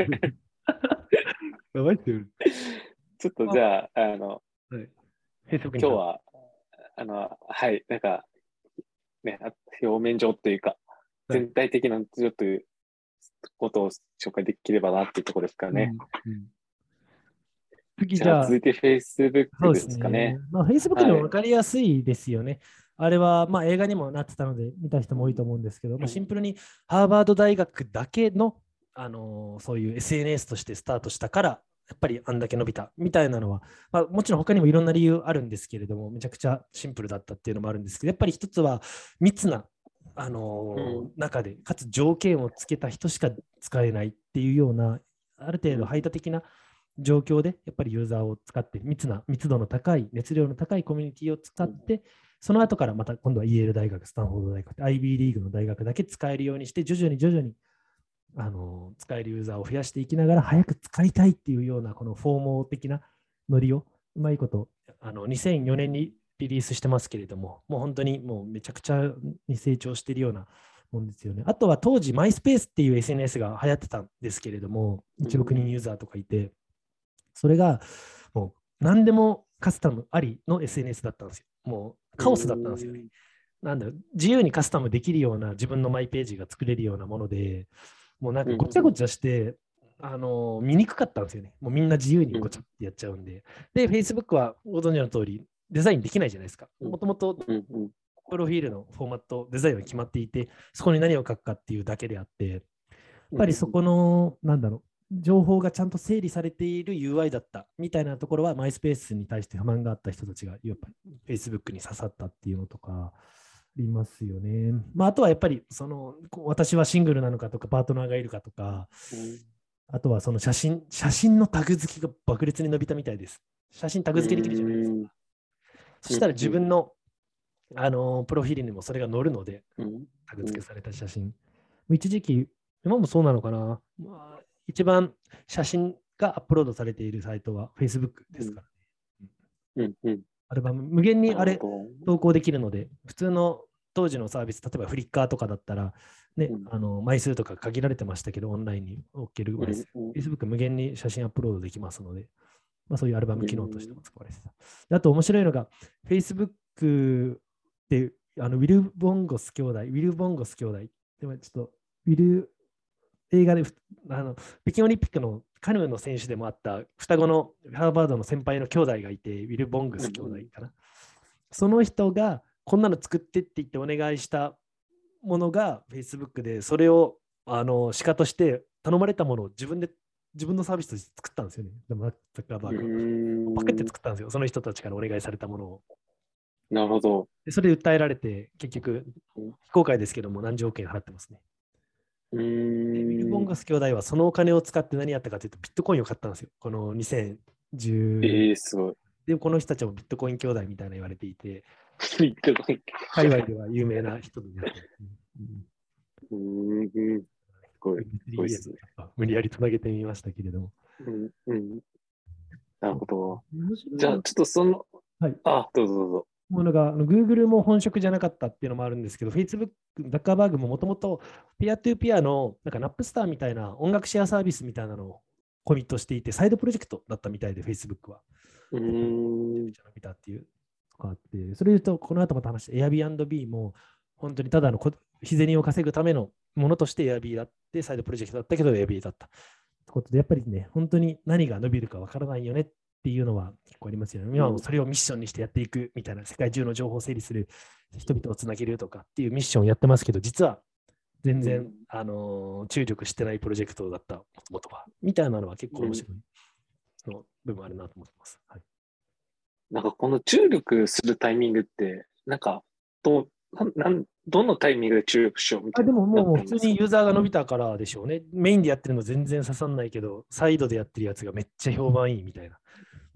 やばいっすよ。 ちょっとじゃあ、あの、 はい。Facebook に今日は、あの、はい、なんか、ね、表面上というか、 はい全体的なちょっとことを紹介できればなっていうところですかね。 うんうん、次じゃあじゃあ、 続いて Facebook でそうですね。 すかね。 まあ、Facebook ではい。 も分かりやすいですよね。あれは、まあ、映画にもなってたので、見た人も多いと思うんですけど、まあ、シンプルにハーバード大学だけの、あのーそういう エスエヌエス としてスタートしたから、やっぱりあんだけ伸びたみたいなのは、まあ、もちろん他にもいろんな理由あるんですけれども、めちゃくちゃシンプルだったっていうのもあるんですけど、やっぱり一つは密な、あのー中で、かつ条件をつけた人しか使えないっていうような、ある程度排他的な状況で、やっぱりユーザーを使って、密な、密度の高い、熱量の高いコミュニティを使って、その後からまた今度は イーエル 大学、スタンフォード大学、アイビー リーグの大学だけ使えるようにして、徐々に徐々にあの使えるユーザーを増やしていきながら、早く使いたいっていうような、このフォーモー的なノリをうまいこと、あのにせんよねんにリリースしてますけれども、もう本当にもうめちゃくちゃに成長しているようなもんですよね。あとは当時、マイスペースっていう エスエヌエス が流行ってたんですけれども、いちおくにんユーザーとかいて、それがもう何でもカスタムありの エスエヌエス だったんですよ。もうカオスだったんですよね。なんだろう、自由にカスタムできるような自分のマイページが作れるようなもので、もうなんかごちゃごちゃして、あの見にくかったんですよね。もうみんな自由にごちゃってやっちゃうんで。で、Facebook はご存知の通り、デザインできないじゃないですか。もともとプロフィールのフォーマット、デザインは決まっていて、そこに何を書くかっていうだけであって、やっぱりそこの、なんだろう、情報がちゃんと整理されている ユーアイ だったみたいなところは、マイスペースに対して不満があった人たちが、やっぱり Facebook に刺さったっていうのとか、ありますよね。まあ、あとはやっぱり、その、私はシングルなのかとか、パートナーがいるかとか、あとはその写真、写真のタグ付けが爆裂に伸びたみたいです。写真タグ付けできるじゃないですか。そしたら自分の、あのプロフィールにもそれが載るので、タグ付けされた写真。一時期、今もそうなのかな。まあ、一番写真がアップロードされているサイトは Facebook ですからね。うんうん、アルバム、無限にあれ投稿できるので、普通の当時のサービス、例えばフリッカーとかだったら、ね、うん、あの枚数とか限られてましたけど、オンラインに置ける枚数、うんうん、Facebook 無限に写真アップロードできますので、まあ、そういうアルバム機能としても使われてた。うん、あと面白いのが、Facebook であのウィル・ボンゴス兄弟、ウィル・ボンゴス兄弟、でもちょっとウィル、映画であの北京オリンピックのカヌーの選手でもあった双子のハーバードの先輩の兄弟がいて、ウィル・ボングス兄弟かな。うん、その人がこんなの作ってって言ってお願いしたものが Facebook で、それをあの鹿として頼まれたものを自分で自分のサービスとして作ったんですよね。マッザッカーバーグパクって作ったんですよ。その人たちからお願いされたものを。 なるほど。 でそれで訴えられて、結局、非公開ですけども何十億円払ってますね。 うーん、 ウィル・ボンガス兄弟はそのお金を使って何やったかというと、ビットコインを買ったんですよ。このにせんじゅう。 えー、すごい。 で、この人たちもビットコイン兄弟みたいな言われていて、 ビットコイン。 海外では有名な人になってる。 うん、うん、すごい。すごいですね。 無理やりつなげてみましたけれども。 うんうん、なるほど。じゃあ、ちょっとその、はい、あ、どうぞどうぞ。 ものが、Google も本職じゃなかったっていうのもあるんですけど、Facebook、ザッカーバーグももともとピアトゥーピアのなんかナップスターみたいな音楽シェアサービスみたいなのをコミットしていて、サイドプロジェクトだったみたいで、Facebook は。 うーん。 見たっていうのがあって、それ言うと、この後また話して、Airbnb も本当にただの日銭を稼ぐためのものとして Airbnb だって、サイドプロジェクトだったけど Airbnb だった。ということで、やっぱりね、本当に何が伸びるかわからないよねっていうのは結構ありますよね。今もそれをミッションにしてやっていくみたいな、世界中の情報を整理する、人々をつなげるとかっていうミッションをやってますけど、実は全然、うん、あのー、注力してないプロジェクトだった、もともとは。みたいなのは結構面白い、うん、その部分あるなと思ってます。はい、 なんかこの注力するタイミングって、なんかどなん、どのタイミングで注力しようみたいな。 あでももう普通にユーザーが伸びたからでしょうね。メインでやってるの全然刺さんないけど、サイドでやってるやつがめっちゃ評判いいみたいな。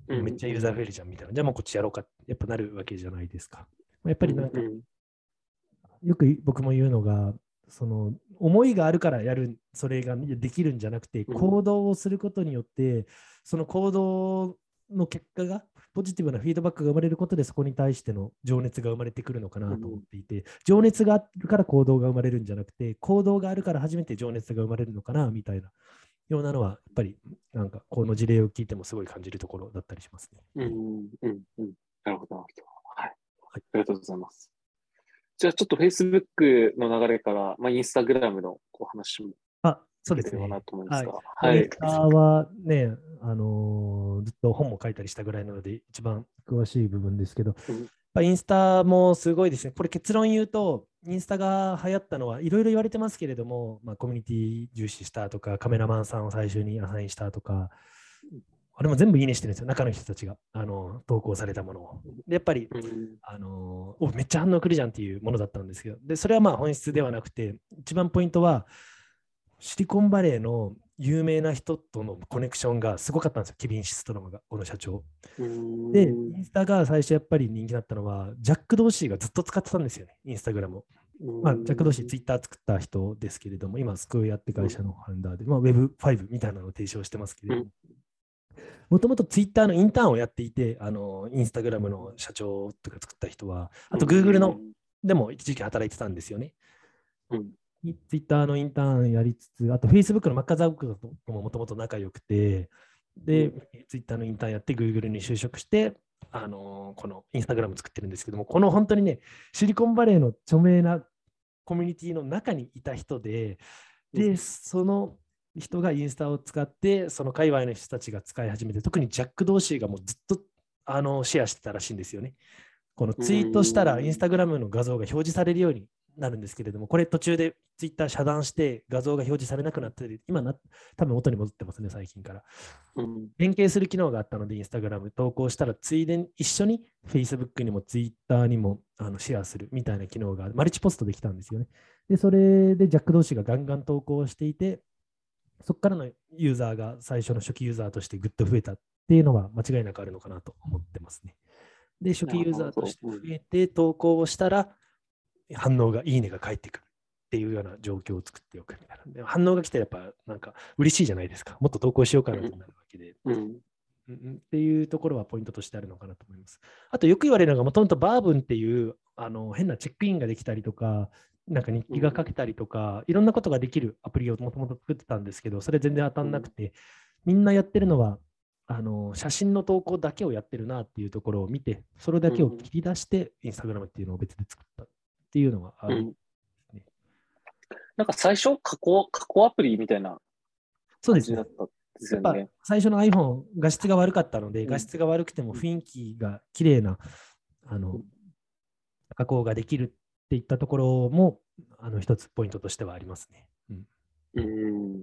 うんめっちゃユーザー増えるじゃんみたいな。じゃあもうこっちやろうかってやっぱなるわけじゃないですか。やっぱりなんか、 うんよく僕も言うのが、その思いがあるからやる、それができるんじゃなくて、 うん行動をすることによって、その行動の結果が、ポジティブなフィードバックが生まれることで、そこに対しての情熱が生まれてくるのかなと思っていて、情熱があるから行動が生まれるんじゃなくて、行動があるから初めて情熱が生まれるのかなみたいなようなのは、やっぱりなんかこの事例を聞いてもすごい感じるところだったりしますね。 うんうんうん。なるほど、なるほど。はい。 はいありがとうございます。じゃあちょっと Facebook の流れから、まあ、Instagram のお話もあ、そうできればですね。 なと思いますはい。 が。 もうはい。 インスタはね、あのーずっと本も書いたりしたぐらいなので、一番詳しい部分ですけど、 うんぱインスタもすごいですね。これ結論言うと、インスタが流行ったのはいろいろ言われてますけれども、まあ、コミュニティ重視したとか、カメラマンさんを最初にアサインしたとか、あれも全部いいねしてるんですよ、中の人たちがあの投稿されたものを。で、やっぱり、 うんあのおめっちゃ反応来るじゃんっていうものだったんですけど、でそれはまあ本質ではなくて、一番ポイントは、シリコンバレーの有名な人とのコネクションがすごかったんですよ、ケビン・シストロムが、この社長。 うで、 んインスタが最初やっぱり人気だったのは、ジャック・ドーシーがずっと使ってたんですよね、インスタグラムを。まあ、ジャック・ドーシー、ツイッター作った人ですけれども、今、スクエアって会社のファウンダーで、まあ、ウェブファイブ みたいなのを提唱してますけれども、もともとツイッターのインターンをやっていて、あのインスタグラムの社長とか作った人は、あと Google のでも一時期働いてたんですよね。 うんツイッターのインターンやりつつ、あと Facebook のマッカーザークとももともと仲良くて、で、ツイッターのインターンやって Google に就職して、あのーこのインスタグラム作ってるんですけども、この本当にね、シリコンバレーの著名なコミュニティの中にいた人で、で、その人がインスタを使って、その界隈の人たちが使い始めて、特にジャック・ドーシーがもうずっとあのシェアしてたらしいんですよね。このツイートしたらインスタグラムの画像が表示されるようになるんですけれども、これ途中でツイッター遮断して画像が表示されなくなって、今な、多分元に戻ってますね、最近から。 うん連携する機能があったので、インスタグラム投稿したら、ついでに一緒に Facebook にも Twitter にもあのシェアするみたいな機能がマルチポストできたんですよね。で、それでジャック同士がガンガン投稿していて、そこからのユーザーが最初の初期ユーザーとしてぐっと増えたっていうのは間違いなくあるのかなと思ってますね。で、初期ユーザーとして増えて投稿をしたら、反応がいいねが返ってくるっていうような状況を作っておくみたいな。で反応が来てやっぱなんか嬉しいじゃないですか。もっと投稿しようかなとなるわけで。 うんうんっていうところはポイントとしてあるのかなと思います。あとよく言われるのが、もともとバーブンっていうあの変なチェックインができたりとか、なんか日記が書けたりとか、いろんなことができるアプリをもともと作ってたんですけど、それ全然当たんなくて、みんなやってるのは、あの写真の投稿だけをやってるなっていうところを見て、それだけを切り出して、インスタグラムっていうのを別で作ったっていうのはある、 うんなんか最初加工、加工アプリみたいなそうですね。 感じだったんですやっぱよね。 最初の iPhone、画質が悪かったので、 うん画質が悪くても雰囲気が綺麗なあの加工ができるっていったところも、あの一つポイントとしてはありますね。うんうん、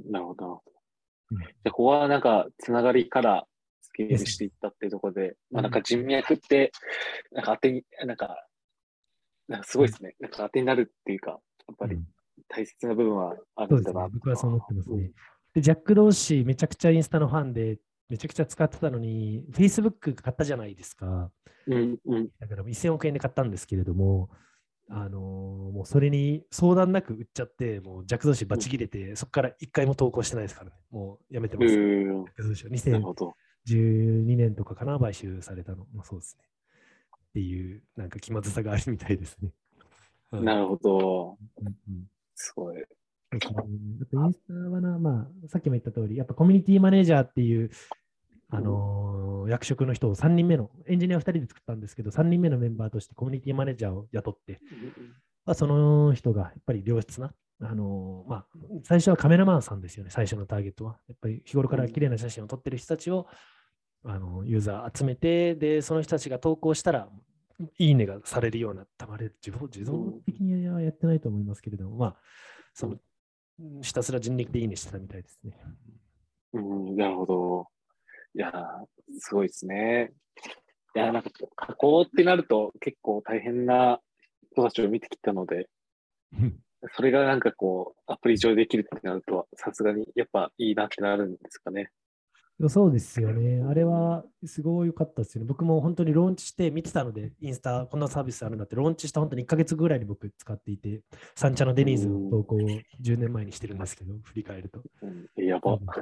なるほど。 うんじゃあ、ここはなんか、つながりからスケーですねルしていったっていうところで、まあなんうんか人脈って、なんか当てに、なんか、なんかすごいですね。なんか当てになるっていうか、やっぱりうん大切な部分はあるんだそうですね。 なとか。 僕はそう思ってますうんね。で、ジャック・ドーシー、めちゃくちゃインスタのファンで、めちゃくちゃ使ってたのに、Facebook 買ったじゃないですか。 うんうんだからせんおくえんで買ったんですけれども、あのーもうそれに相談なく売っちゃって、もうジャック・ドーシーバチ切れて、そこから一回も投稿してないですからね。もうやめてうます。ジん。 ャック・ドーシーはなるほど。 にせんじゅうにねんとかかな、買収されたの。まあ、そうですね。っていう、なんか気まずさがあるみたいですね。はい。 なるほど。 うんうんすごい。 そうですね。あとインスタはな、まあ、さっきも言った通り、やっぱコミュニティマネージャーっていう、あのー役職の人をさんにんめの、エンジニアふたりで作ったんですけど、さんにんめのメンバーとしてコミュニティマネージャーを雇って、まあ、その人がやっぱり良質な、あのーまあ、最初はカメラマンさんですよね、最初のターゲットは。やっぱり日頃から綺麗な写真を撮ってる人たちを、あのユーザー集めて、で、その人たちが投稿したら、いいねがされるような、たまれ自動自動的にはやってないと思いますけれども、まあ、そのひたすら人力でいいねしてたみたいですね。 うん、なるほど。いやー、すごいですね。いやー、なんか、加工ってなると結構大変な人たちを見てきたので、それがなんかこう、アプリ上でできるってなると、さすがにやっぱいいなってなるんですかね。 そうですよね。あれはすごい良かったですよね。僕も本当にローンチして見てたので、インスタ、こんなサービスあるんだって、ローンチした本当にいっかげつぐらいに僕使っていて、三茶のデうニーズの投ん。 稿をじゅうねんまえにしてるんですけど、振り返ると。 うん、やば。 多分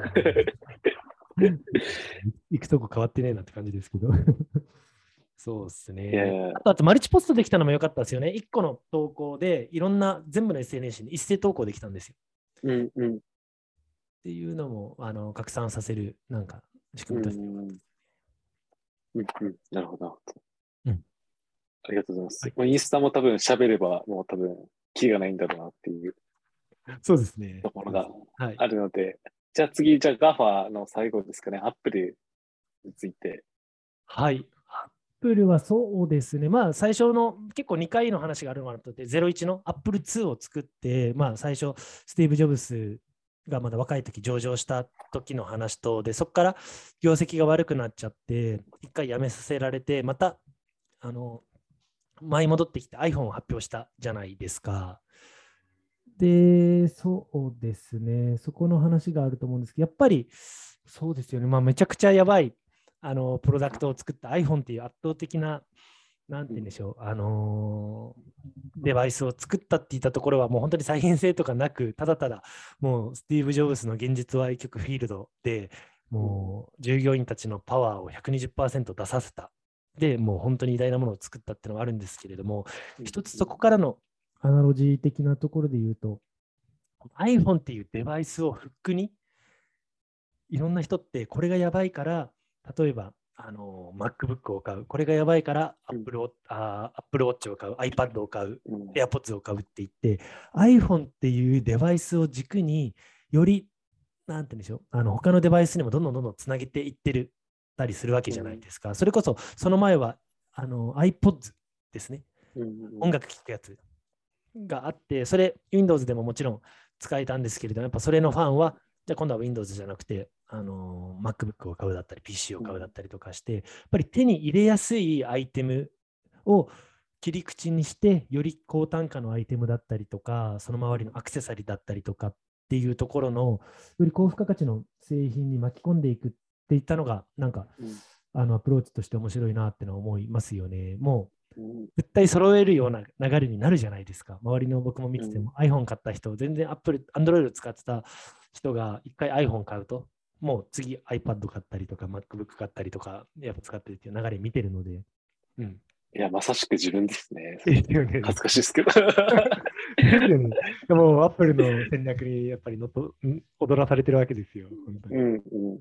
行くとこ変わってねえなって感じですけど。そうですね。 いやいや、 あと、あとマルチポストできたのも良かったですよね。いっこの投稿で、いろんな全部の エスエヌエス に一斉投稿できたんですよ。 うんうん。 っていうのも、あの、拡散させる、なんか、仕う組みとしては。 ん。うんうん。なるほど。 うん。 ありがとうございます。 はい。 もうインスタも多分喋ればもう多分キリがないんだろうなっていうそうですね。 ところがそうです。はい。 あるので、じゃあ次、じゃあ ガファ の最後ですかね、アップルについて。 はい。アップルはそうですね。まあ、最初の結構にかいの話があるのかなとって、ゼロイチのアップルツーを作って、まあ、最初、スティーブ・ジョブスがまだ若い時上場した時の話と、で、そこから業績が悪くなっちゃって、一回辞めさせられて、また、あの、舞い戻ってきて iPhone を発表したじゃないですか。で、そうですね。そこの話があると思うんですけど、やっぱり、そうですよね。まあ、めちゃくちゃやばい、あの、プロダクトを作った iPhone っていう圧倒的な、なんてうん言うんでしょう、あのーデバイスを作ったって言ったところは、もう本当に再現性とかなく、ただただ、もうスティーブ・ジョブズの現実は一極フィールドで、 うんもう従業員たちのパワーをひゃくにじゅっパーセント出させた。で、もう本当に偉大なものを作ったっていうのがあるんですけれども、 うん一つそこからのアナロジー的なところで言うと、iPhone っていうデバイスをフックに、いろんな人ってこれがやばいから、例えば、あの MacBook を買う、これがやばいからうん Apple, をあ Apple Watch を買う、iPad を買う、 うん AirPods を買うって言って、iPhone っていうデバイスを軸により、なんて言うんでしょう、あの他のデバイスにもどんどんどんどんつなげていってるたりするわけじゃないうんですか。それこそ、その前はあの iPods ですね。 うん音楽聴くやつがあって、それ Windows でももちろん使えたんですけれども、やっぱそれのファンは、じゃあ今度は Windows じゃなくて、あの MacBook を買うだったり、ピーシー を買うだったりとかして、やっぱり手に入れやすいアイテムを切り口にして、より高単価のアイテムだったりとか、その周りのアクセサリーだったりとかっていうところの、より高付加価値の製品に巻き込んでいくっていったのが、なんか、 うんあのアプローチとして面白いなってのは思いますよね。もううん絶対揃えるような流れになるじゃないですか。周りの僕も見うんてても iPhone 買った人、全然 Apple、Android 使ってた人が一回 iPhone 買うと、もう次 iPad 買ったりとか MacBook 買ったりとか、やっぱ使ってるっていう流れ見てるので。うん。 いや、まさしく自分ですね。 ですよね。 恥ずかしいですけど。 ですよね。でも Apple の戦略にやっぱりのとん踊らされてるわけですよ。本当に。 うんうん。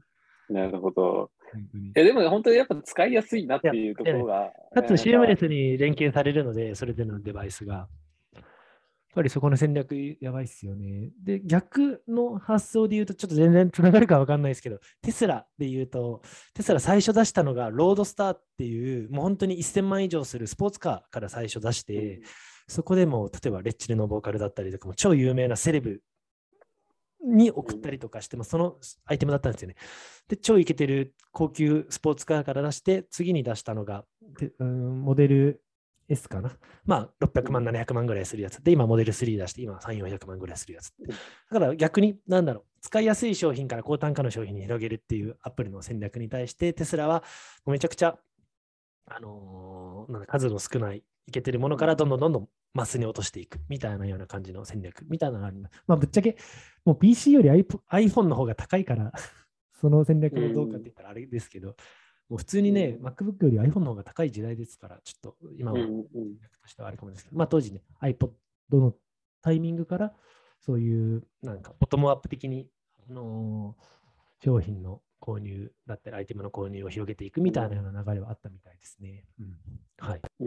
なるほど。 本当に。いえ、でも本当にやっぱ使いやすいなっや、 ていうとこでろが、 かつなんか、 シームレスに連携されるので、それぞれのデバイスが。やっぱりそこの戦略やばいっすよね。で、逆の発想で言うと、ちょっと全然つながるかわかんないですけど、テスラで言うと、テスラ最初出したのがロードスターっていう、もう本当にせんまん以上するスポーツカーから最初出しうて、そこでも、例えばレッチリのボーカルだったりとかも、超有名なセレブに送ったりとかしても、そのアイテムだったんですよね。で、超イケてる高級スポーツカーから出して、次に出したのが、でうんモデル S かな。まあ、ろっぴゃくまん、ななひゃくまんぐらいするやつ。で、今、モデルスリー出して、今、さんびゃく、よんひゃくまんぐらいするやつ。だから逆に、なんだろう、使いやすい商品から高単価の商品に広げるっていうアップルの戦略に対して、テスラはもうめちゃくちゃ、あのーなんだ数の少ない、いけてるものからどんどんどんどんマスに落としていくみたいなような感じの戦略みたいなのがあります。まあ、ぶっちゃけ、もう ピーシー より iPhone の方が高いからその戦略もどうかって言ったらあれですけど、もう普通にね、MacBook より iPhone の方が高い時代ですから、ちょっと今は戦略としてはあるかもですけど、まあ当時ね、iPod のタイミングから、そういうなんかボトムアップ的に、あのー商品の購入だったり、アイテムの購入を広げていくみたいなような流れはあったみたいですね。うん、はい。 うん、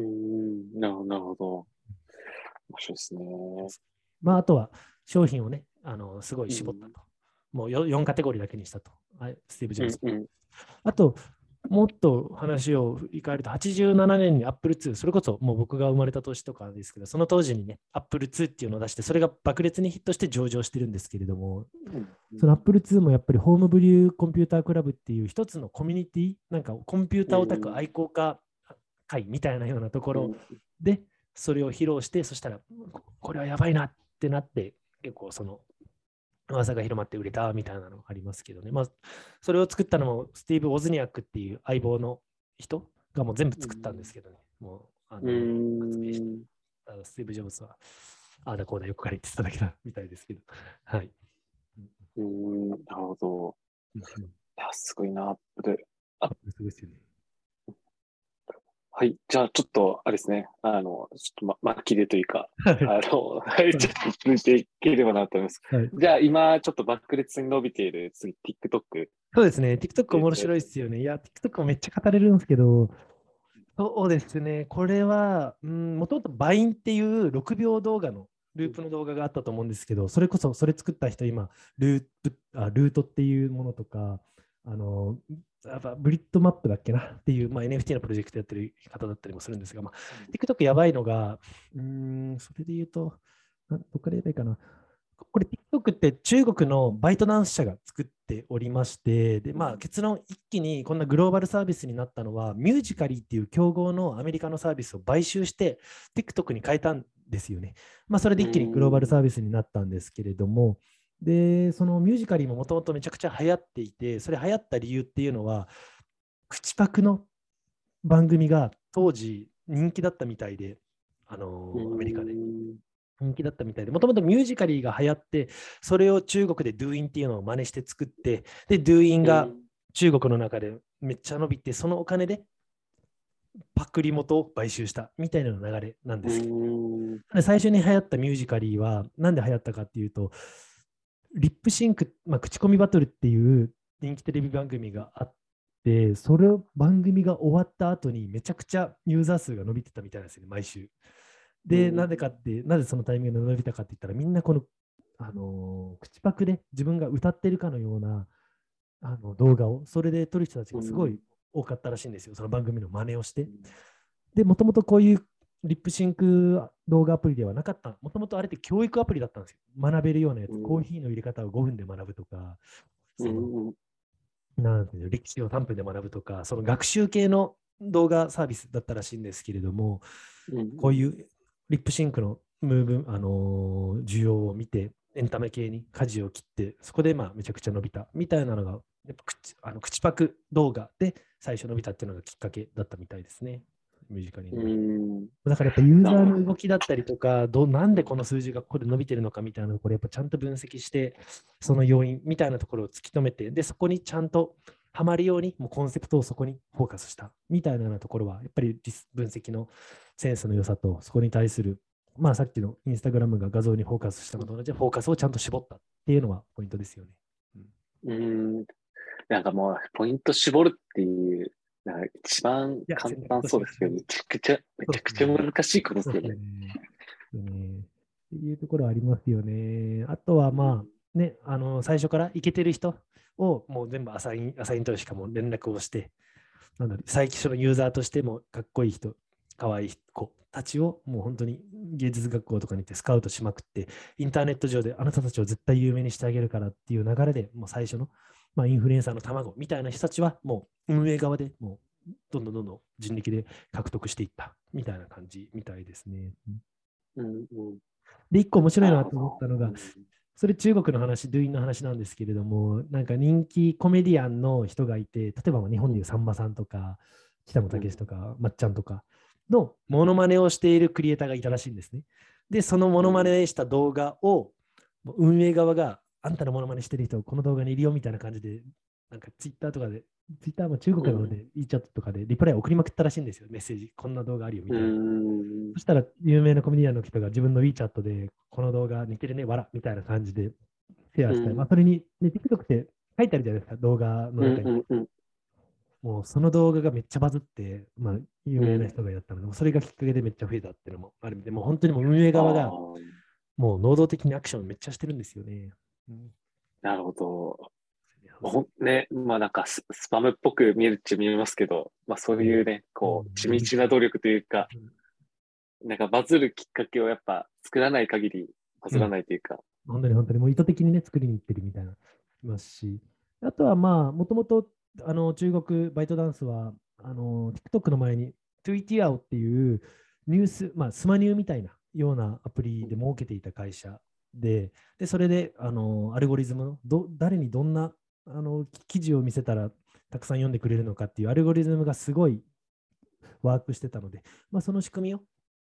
なるほど、なるほど。面白いですね。 まああとは商品をね、あのすごい絞ったうん、 と。もう よん, カテゴリーだけにしたと。スティーブ・ジョブズ。 うん、うん、 あと、もっと話を振り返ると、はちじゅうななねんに Apple ツー、それこそもう僕が生まれた年とかですけど、その当時にね、Apple ツーっていうのを出して、それが爆裂にヒットして上場してるんですけれども、その Apple ツーもやっぱりホームブリューコンピュータークラブっていう一つのコミュニティ、なんかコンピューターオタク愛好家会みたいなようなところで、それを披露して、そしたら、これはやばいなってなって、結構その噂が広まって売れたみたいなのがありますけどね。まあ、それを作ったのもスティーブ・ウォズニアックっていう相棒の人がもう全部作ったんですけどね。もう、あうの、発明しん。 たスティーブ・ジョブズは、ああだこうだよくから言ってただけだみたいですけど。はい。 うん。なるほど。 うんうん、 いや、すごいな、アップル。あ、 すごいですよね。 はい。じゃあ、ちょっと、あれですね。あの、ちょっと、ま、巻きでというか、 はい。 あの、はい、ちょっと続いていければなと思います。 はい。 じゃあ、今、ちょっと爆裂に伸びている、次、TikTok。 そうですね。TikTok 面白いえですよね。いや、TikTok もめっちゃ語れるんですけど、そうですね。これは、うん、もともとバインっていうろくびょう動画のループの動画があったと思うんですけど、それこそそれ作った人、今、ループ、あ、ルートっていうものとか、あの、やっぱブリッドマップだっけなっていう、まあ、エヌエフティー のプロジェクトやってる方だったりもするんですが、まあ、TikTok やばいのが、うん、それで言うと、などっから言えばいいかな。これ TikTok って中国のバイトダンス社が作っておりまして、で、まあ結論一気にこんなグローバルサービスになったのは、ミュージカリーっていう競合のアメリカのサービスを買収して TikTok に変えたんですよね。まあそれでう一気にグローバルサん。 ービスになったんですけれども、で、そのミュージカリーももともとめちゃくちゃ流行っていて、それ流行った理由っていうのは、口パクの番組が当時人気だったみたいで、あうのアメリカで。 ん。 人気だったみたいで、もともとミュージカリーが流行って、それを中国で Douyin っていうのを真似して作って、で、Douyin がうん。 中国の中でめっちゃ伸びて、そのお金でパクリ元を買収したみたいな流れなんでうすけど、 ん。 で最初に流行ったミュージカリーは、なんで流行ったかっていうと、リップシンク、まあ、口コミバトルっていう人気テレビ番組があって、それを番組が終わった後にめちゃくちゃユーザー数が伸びてたみたいなんですよね、毎週。で、なうん。 ぜかって、なぜそのタイミングで伸びたかって言ったら、みんなこの、あのー口パクで自分が歌ってるかのようなあの動画を、それで撮る人たちうん。 がすごい多かったらしいんですよ、その番組の真似をして。で、もともとこういうリップシンク動画アプリではなかった、もともとあれって教育アプリだったんですよ。学べるようなやつ、コーうん。 ヒーの入れ方をごふんで学ぶとか、その、 うん。 なんていうの、歴史をさんぷんで学ぶとか、その学習系の動画サービスだったらしいんですけれども、 うん。 こういうリップシンクのムーブ、あのー需要を見て、エンタメ系に舵を切って、そこでまあめちゃくちゃ伸びたみたいなのが、やっぱ口あの口パク動画で最初伸びたっていうのがきっかけだったみたいですね。ミュージカルにう伸びた。 ん。 だからやっぱユーザーなるほど。 の動きだったりとか、どうなんでこの数字がここで伸びてるのかみたいなのをこれやっぱちゃんと分析して、その要因みたいなところを突き止めて、で、そこにちゃんとはまるように、もうコンセプトをそこにフォーカスしたみたいなところは、やっぱりリス分析のセンスの良さと、そこに対する、まあさっきのインスタグラムが画像にフォーカスしたのと同じで、フォーカスをちゃんと絞ったっていうのはポイントですよね。うん、いうん。なんかもう、ポイント絞るっていう、なんか一番や、 簡単戦略としそうですけど、 て一番、 めちゃくちゃ、めちゃくちゃそうですね。 難しいことですそうですよよね。 ね。そうね。っていうところはありますよね。あとはまあ、ね、あの、最初からイケてる人をもう全部アサイン、アサインとしかも連絡をして、なんだろう、最初のユーザーとしてもかっこいい人、かわいい子たちをもう本当に芸術学校とかに行ってスカウトしまくって、インターネット上であなたたちを絶対有名にしてあげるからっていう流れで、もう最初の、まあ、インフルエンサーの卵みたいな人たちは、もう運営側でもうどんどんどんどん人力で獲得していったみたいな感じみたいですね。 うん。うん。 で、一個面白いなるなと思っほど。 たのが、 うん。 それ中国の話、ドゥインの話なんですけれども、なんか人気コメディアンの人がいて、例えば日本でいうさんまさんとか、北野うん。 武とか、まっちゃんとかのモノマネをしているクリエイターがいたらしいんですね。で、そのモノマうん。 ネした動画を運営側が、あんたのモノマネしてる人、この動画にいるよみたいな感じで、なんかツイッターとかで、ツイッターも中国うん。 なので、e チャットとかでリプライを送りまくったらしいんですよ、メッセージ。こんな動画あるよみうたいな。 ん。 そしたら、有名なコメディアンの人が自分の WeChat で、この動画似てるね、わらみたいな感じでシェアしたり、まあ、 うん。 それに、ね、TikTok って書いてあるじゃないですか、動画のうん。 中に。 うん。うん。 もうその動画がめっちゃバズって、まあ、有名なうん。 人がやったので、もうそれがきっかけでめっちゃ増えたっていうのもある意味で、もう本当にもう運営あ側があ、 もう能動的にアクションめっちゃしてるんですよね。うん、 なるほど。 そうそうほんね、まあなんかス、スパムっぽく見えるっちゃ見えますけど、まあそうね、 いうね、 うん、 こう、地リーチ、 道な努力というか、 うん、 なんかバズるきっかけをやっぱ作らない限りバズらうん、 ないというか。 本当に本当にもう意図的にね、作りに行ってるみたいな、いますし、あとはまあ、もともとあの中国バイトダンスは、あの TikTok の前に トゥイティアオっていうニュース、まあ、スマニューみたいなようなアプリで設けていた会社で、でそれであのアルゴリズムのど誰にどんなあの記事を見せたらたくさん読んでくれるのかっていうアルゴリズムがすごいワークしてたので、まあ、その仕組みを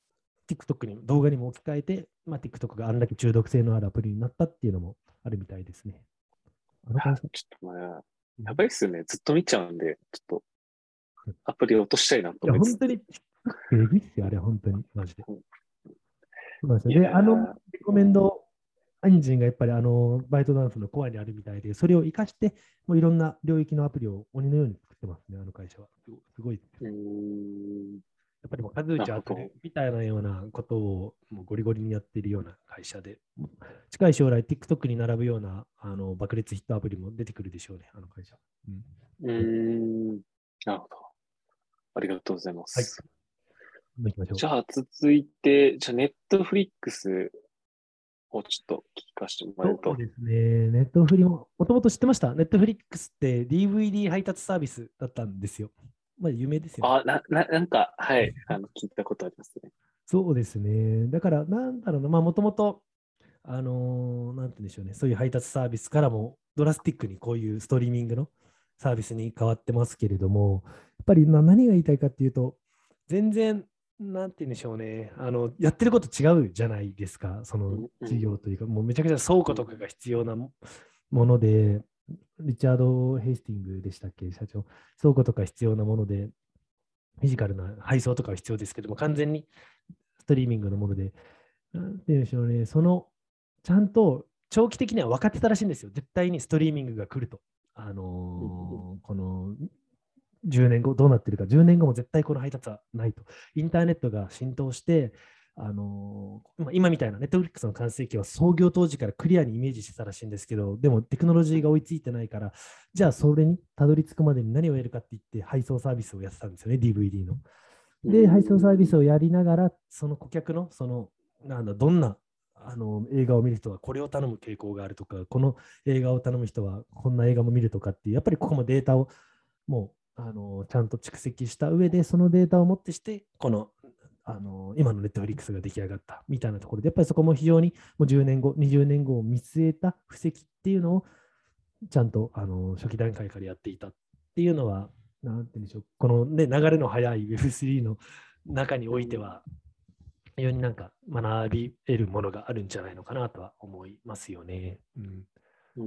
TikTok に動画にも置き換えて、まあ、TikTok があんだけ中毒性のあるアプリになったっていうのもあるみたいですね。あの会社、 ちょっとまあ、やばいっすよね。ずっと見ちゃうんで、ちょっとアプリ落としたいなといや、 思いつつ。 本当に、えぐいっすよ、あれ、本当に、マジで。 うんそうなんですよ。 いやで、あのー、 レコメンドエンジンがやっぱりあのバイトダンスのコアにあるみたいで、それを活かして、もういろんな領域のアプリを鬼のように作ってますね、あの会社は。すごすごいですよ。 うーん、 やっぱりもう数打なるほど。 ち当たるみたいなようなことをもうゴリゴリにやっているような会社で、近い将来 TikTok に並ぶようなあの爆裂ヒットアプリも出てくるでしょうね、あの会社。うんうーん、なるほど。ありがとうございまはい、 す。 行きましょう。 じゃあ続いて、じゃあネットフリックスをちょっと聞かせてもらえると。 そうですね。ネットフリも、もともと知ってました。ネットフリックスって ディーブイディー 配達サービスだったんですよ。まあ、有名ですよね。 あ、な、な、なんか、はい、あの、聞いたことありますね。 そうですね。だから、なんだろうな、まあ、もともと、あのーなんて言うんでしょうね、そういう配達サービスからも、ドラスティックにこういうストリーミングのサービスに変わってますけれども、やっぱり、まあ、何が言いたいかっていうと、全然、なんて言うんでしょうね、あの、やってること違うじゃないですか、そのうん、う事ん、 業というか、もうめちゃくちゃ倉庫うん、 とかが必要なもので、リチャード・ヘイスティングでしたっけ、社長、倉庫とか必要なもので、フィジカルな配送とかは必要ですけども、完全にストリーミングのもので、なんて言うんでしょうね、その、ちゃんと長期的には分かってたらしいんですよ。絶対にストリーミングが来ると。あうん、 のーこのじゅうねんごどうなってるか、じゅうねんごも絶対この配達はないと。インターネットが浸透して、あのー今みたいなネットフリックスの完成期は創業当時からクリアにイメージしてたらしいんですけど、でもテクノロジーが追いついてないから、じゃあそれにたどり着くまでに何をやるかって言って配送サービスをやってたんですよね、ディーブイディー の。 うで、配送サービん、 スをやりながら、その顧客の、その、なんだ、どんなあの映画を見る人はこれを頼む傾向があるとか、この映画を頼む人はこんな映画も見るとかっていう、やっぱりここもデータをもうあのちゃんと蓄積した上で、そのデータをもってして、このあの今のネットフリックスが出来上がったみたいなところで、やっぱりそこも非常にもうじゅうねんご、にじゅうねんごを見据えた布石っていうのをちゃんとあの初期段階からやっていたっていうのは、なんて言うんでしょう、この、ね、流れの速い ウェブスリー の中においては、非常になんか学び得るものがあるんじゃないのかなとは思いますよね。うん、 うん、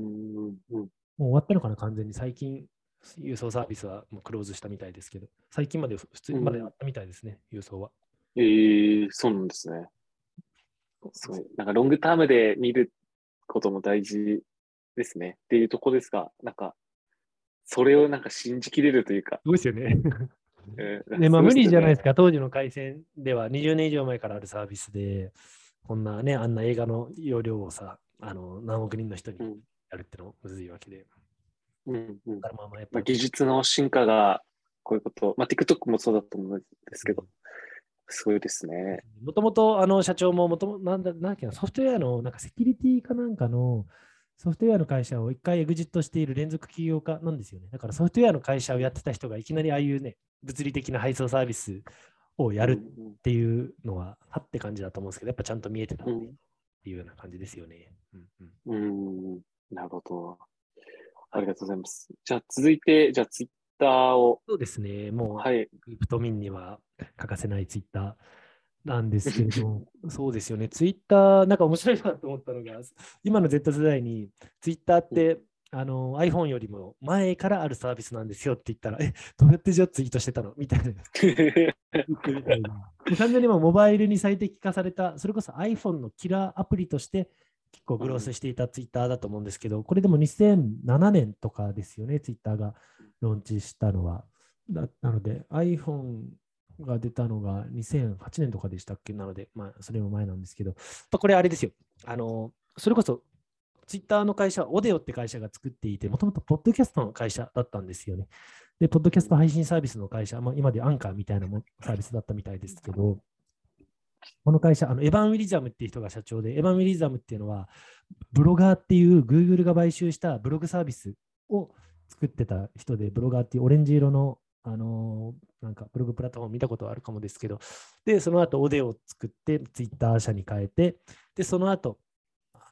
うん。 もう終わったのかな、完全に。最近、郵送サービスはもうクローズしたみたいですけど、最近まで普通まであったみたいですね、郵送は。 ええ、そうなんですね。すごい。なんかロングタームで見ることも大事ですね。っていうとこですが、なんか、それをなんか信じきれるというか、 すごいですよね。 えー、なんかね、まあ無すごいですよね。 理じゃないですか。当時の回線ではにじゅうねん以上前からあるサービスで、こんなね、あんな映画の容量をさ、あの何億人の人にうん、 やるってのもむずいわけで。 うん、うん。 だからまあまあやっまあ、 ぱ、 技術の進化が、こういうこと、まあ、TikTok もそうだと思うんですけど、すごいですね。 もともとあの社長ももともなんだ、なんだっけな、ソフトウェアのなんかセキュリティかなんかのソフトウェアの会社を一回エグジットしている連続起業家なんですよね。だからソフトウェアの会社をやってた人がいきなりああいうね、物理的な配送サービスをやうん、 るっていうのは、はって感じだと思うんですけど、やっぱちゃんと見えてたっうん、 ていうような感じですよね。うんうん、 うん、うん。なるほど。ありがとうございます。じゃあ続いて、じゃあツイッターを、 そうですね、もはい。 うクリプトミンには欠かせないツイッターなんですけれども、そうですよね、ツイッター、なんか面白いなと思ったのが、今の Z 世代にツイッターってあの iPhone よりも前からあるサービスなんですよって言ったら、え、どうやってじゃあツイートしてたのみたいな言ってみたいな。もう完全にもうモバイルに最適化された、それこそ iPhone のキラーアプリとして結構グロースしていたツイッターだと思うんですけど、これでもにせんななねんとかですよね、ツイッターがローンチしたのは。だなので iPhone が出たのがにせんはちねんとかでしたっけなので、まあ、それも前なんですけど、これあれですよ。あの、それこそツイッターの会社、オデオって会社が作っていて、もともとポッドキャストの会社だったんですよね。で、ポッドキャスト配信サービスの会社、まあ、今でアンカーみたいなもサービスだったみたいですけど、この会社、あのエヴァン・ウィリザムっていう人が社長で、エヴァン・ウィリザムっていうのは、ブロガーっていう Google が買収したブログサービスを作ってた人で、ブロガーっていうオレンジ色の、あのーなんかブログプラットフォーム見たことあるかもですけど、で、その後オデオを作って、ツイッター社に変えて、で、その後、あ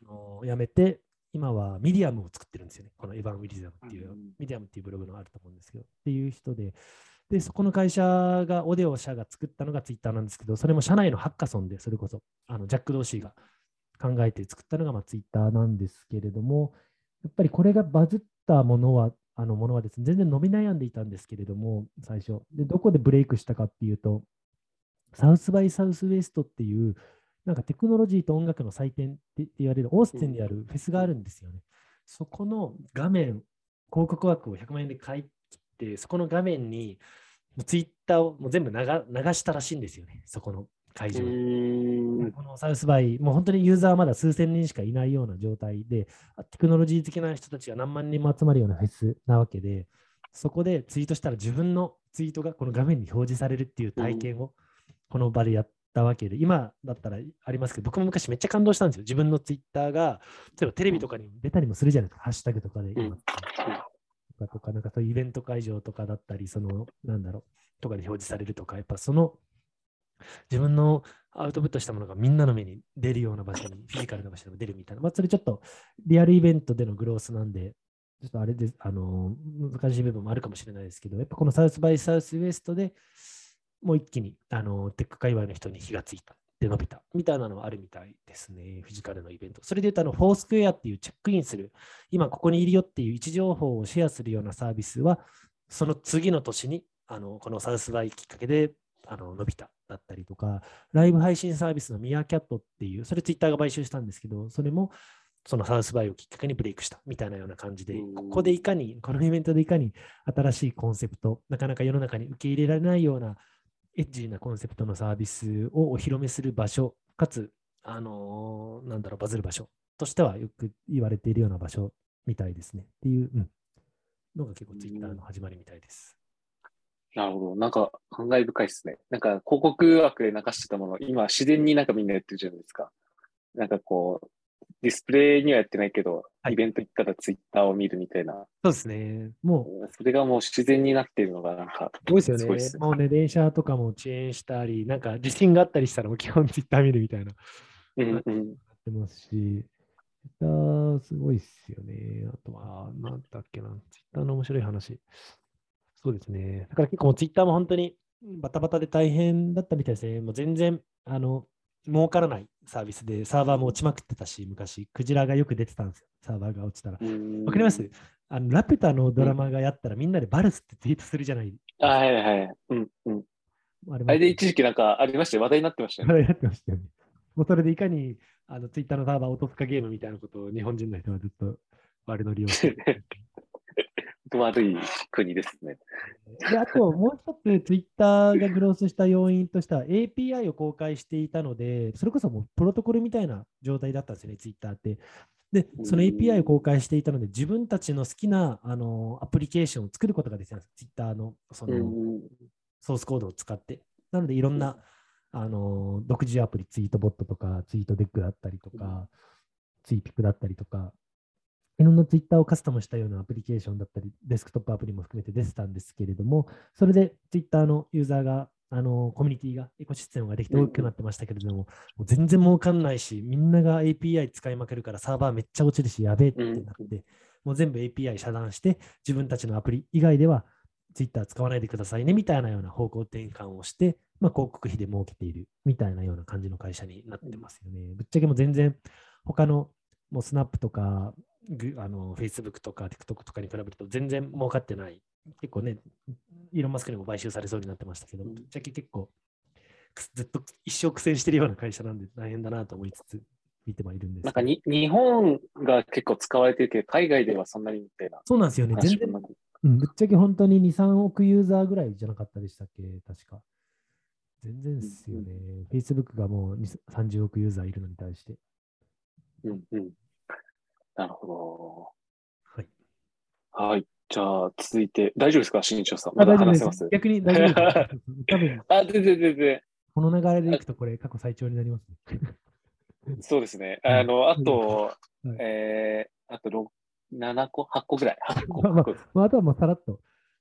の辞めて、今はミディアムを作ってるんですよね。このエヴァン・ウィリザムっていう、 うん、 ミディアムっていうブログのあると思うんですけど、っていう人で、で、そこの会社が、オデオ社が作ったのがツイッターなんですけど、それも社内のハッカソンで、それこそ、あのジャック・ドーシーが考えて作ったのが、まあ、ツイッターなんですけれども、やっぱりこれがバズったものは、あのものはですね、全然伸び悩んでいたんですけれども、最初。で、どこでブレイクしたかっていうと、サウスバイサウスウエストっていう、なんかテクノロジーと音楽の祭典って言われるオースティンにあるフェスがあるんですよね。そこの画面、広告枠をひゃくまん円で買い切って、そこの画面にツイッターをもう全部流流したらしいんですよね、そこの会う場で。 ーん。 このサウスバイ、もう本当にユーザーはまだ数千人しかいないような状態で、テクノロジー的な人たちが何万人も集まるようなフェスなわけで、そこでツイートしたら自分のツイートがこの画面に表示されるっていう体験をこの場でやったわけで、今だったらありますけど、僕も昔めっちゃ感動したんですよ。自分のツイッターが、例えばテレビとかにも出たりもするじゃないですか、ハッシュタグとかでうん。 今。とかとか、なんかそういうイベント会場とかだったり、その、なんだろう、とかで表示されるとか、やっぱその自分のアウトプットしたものがみんなの目に出るような場所に、フィジカルな場所でも出るみたいな。まあ、それちょっとリアルイベントでのグロースなんで、ちょっとあれで、あのー難しい部分もあるかもしれないですけど、やっぱこのサウスバイサウスウエストでもう一気に、あのーテック界隈の人に火がついた。で伸びたみたいなのはあるみたいですね、フィジカルのイベント。それで言うと、あの、フォースクエアっていうチェックインする、今ここにいるよっていう位置情報をシェアするようなサービスは、その次の年に、あの、このサウスバイきっかけで、あの、伸びただったりとか、ライブ配信サービスのミアキャットっていう、それツイッターが買収したんですけど、それもそのサウスバイをきっかけにブレイクしたみたいなような感じで、ここでいかに、このイベントでいかに新しいコンセプト、なかなか世の中に受け入れられないようなエッジーなコンセプトのサービスをお披露目する場所、かつ、あのーなんだろう、バズる場所としてはよく言われているような場所みたいですね。っていう、うん、のが結構ツイッターの始まりみたいです。 なるほど。なんか、感慨深いですね。なんか、広告枠で流してたもの、今、自然になんかみんなやってるじゃないですか。なんかこう、ディスプレイにはやってないけど、 はい。 イベント行ったらツイッターを見るみたいな。 そうですね。もそれがもう自然になっているのが、なんか、 う、多いですよね。 すごいですね。 もうね、電車とかも遅延したり、なんか地震があったりしたらもう基本ツイッター見るみたいな、 うんうん。 なってますし、ツイッターすごいっすよね。あとは、なんだっけな、ツイッターの面白い話。そうですね。だから結構もうツイッターも本当にバタバタで大変だったみたいですね。もう全然、あの、儲からないサービスで、サーバーも落ちまくってたし、昔、クジラがよく出てたんですよ。サーバーが落ちたら。 うわかりますん。 あの、ラピュタのドラうん。 マがやったらみんなでバルスってツイートするじゃないあ、 ですか。 はいはい。うんうん。 あれもあれで一時期なんかありましたよ。話題になってましたよね。 話題になってましたよね。もうそれでいかにあのツイッターのサーバーを落とすかゲームみたいなことを日本人の人はずっと悪乗りをして。 悪い国ですね。 で、あともう一つ、ツイッターがグロースした要因としては、エーピーアイ を公開していたので、それこそもうプロトコルみたいな状態だったんですよね、ツイッターって。で、 うその エーピーアイ をん。 公開していたので、自分たちの好きなあのアプリケーションを作ることができたんです、ツイッターのそうのん。 ソースコードを使って。なので、いろんなあの独自アプリ、ツイートボットとか、ツイートデックだったりとか、ツイピクだったりとか、いろんなツイッターをカスタムしたようなアプリケーションだったり、デスクトップアプリも含めて出てたんですけれども、それでツイッターのユーザーが、あのコミュニティが、エコシステムができて大きくなってましたけれども、もう全然儲かんないし、みんなが エーピーアイ 使いまくるからサーバーめっちゃ落ちるし、やべえってうん。 なって、もう全部 エーピーアイ 遮断して、自分たちのアプリ以外ではツイッター使わないでくださいねみたいなような方向転換をして、まあ、広告費で儲けているみたいなような感じの会社になってますよね。ぶっちゃけもう全然他のもうスナップとかあの Facebook とか TikTok とかに比べると全然儲かってない。結構ね、イーロン・マスクにも買収されそうになってましたけど、ぶっちゃけ結構ずっと一生苦戦しているような会社なんで大変だなと思いつつ見てはいるんですけど。 なんかに、日本が結構使われてるけど、海外ではそんなにみたいなそうなんですよね。全然、 話もなく。 うん、ぶっちゃけ本当にに、さんおくユーザーぐらいじゃなかったでしたっけ、確か。全然ですよね。Facebook がもうさんじゅうおくユーザーいるのに対して。 うんうん。なるほはい。 ど。はい。じゃあ、続いて、大丈夫ですか新庄さん。 あ、 まだ大丈夫です。 話せます逆に大丈夫です。多分、 あ、全然全然。 この流れでいあ、 くとこれ過去最長になりますね。 そうですね。 はい。 あの、あ大丈夫です。 と、 はい。 えー、あとろく、ななこ ?はっ 個ぐらい。はっこ、 まあまあ、 はっこです。 まあ、あとはもうさらっと。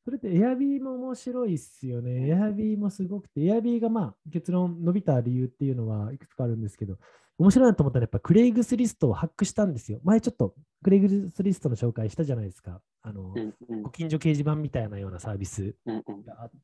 それって Airb も面白いっすよね。Airb もすごくて、Airb がまあ結論伸びた理由っていうのはいくつかあるんですけど、面白いなと思ったらやっぱクレイグスリストをハックしたんですよ。前ちょっとクレイグスリストの紹介したじゃないですか。あの、 うんうん。 ご近所掲示板みたいなようなサービスうんうん。 があって、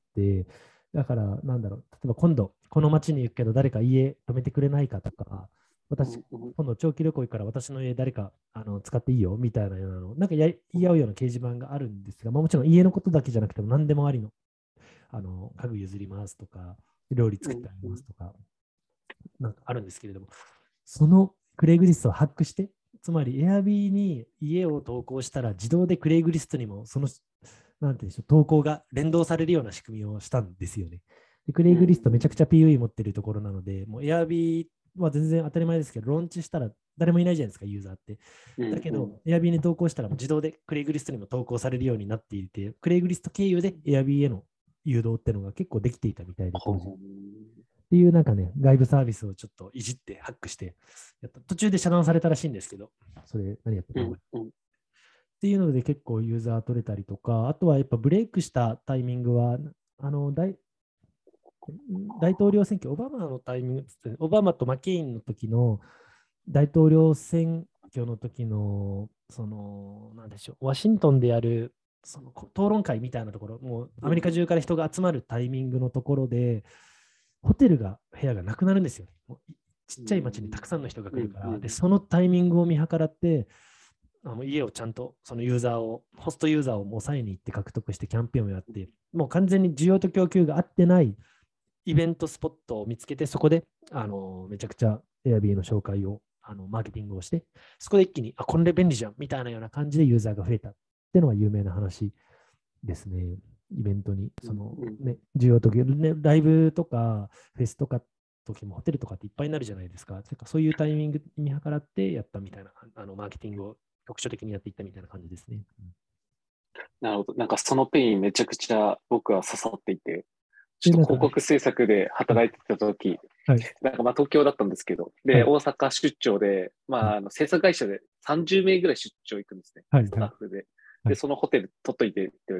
だからなんだろう、例えば今度この街に行くけど誰か家止めてくれないかとか、私、 うんうん。 今度長期旅行行くから私の家誰かあの使っていいよみたいなようなの、なんかや言い合うような掲示板があるんですが、まあ、もちろん家のことだけじゃなくても何でもありの、あの家具譲りますとか、料理作ってあげますとか、なんかあるんですけれども、そのクレイグリストをハックして、つまり Airb に家を投稿したら自動でクレイグリストにもその、なんていうんでしょう、投稿が連動されるような仕組みをしたんですよね。でクレイグリストめちゃくちゃ ピーユーイー 持ってるところなので、もう Airb は全然当たり前ですけど、ローンチしたら誰もいないじゃないですか、ユーザーって。だけど、Airb に投稿したらもう自動でクレイグリストにも投稿されるようになっていて、クレイグリスト経由で Airb への誘導っていうのが結構できていたみたいで、当時。っていうなんかね、外部サービスをちょっといじってハックしてやった。途中で遮断されたらしいんですけど、それ何やってたの、うんうん、っていうので結構ユーザー取れたりとか、あとはやっぱブレイクしたタイミングは、あの大大統領選挙、オバマのタイミング、オバマとマケインの時の大統領選挙の時の、その、なんでしょう、ワシントンでやるその討論会みたいなところ、もうアメリカ中から人が集まるタイミングのところで、ホテルが、部屋がなくなるんですよね。もうちっちゃい町にたくさんの人が来るから、でそのタイミングを見計らって、あの家をちゃんとそのユーザーを、ホストユーザーを抑えに行って獲得してキャンペーンをやって、もう完全に需要と供給が合ってないイベントスポットを見つけて、そこであのめちゃくちゃ Airb の紹介を、あのマーケティングをして、そこで一気に、あ、これ便利じゃんみたいなような感じでユーザーが増えたっていうのは有名な話ですね。イベントに、そのね、需要と、ね、ライブとかフェスとか時もホテルとかっていっぱいになるじゃないですか。そういうタイミングに計らってやったみたいな、あのマーケティングを局所的にやっていったみたいな感じですね。 なるほど。なんかそのペインめちゃくちゃ僕は刺さっていて、ちょっと広告制作で働いてた時、はい、なんかまあ東京だったんですけど、で、はい、大阪出張で、まあ、あの制作会社でさんじゅうめいぐらい出張行くんですね。はい、スタッフで。はい、で、そのホテル取っといてって言って、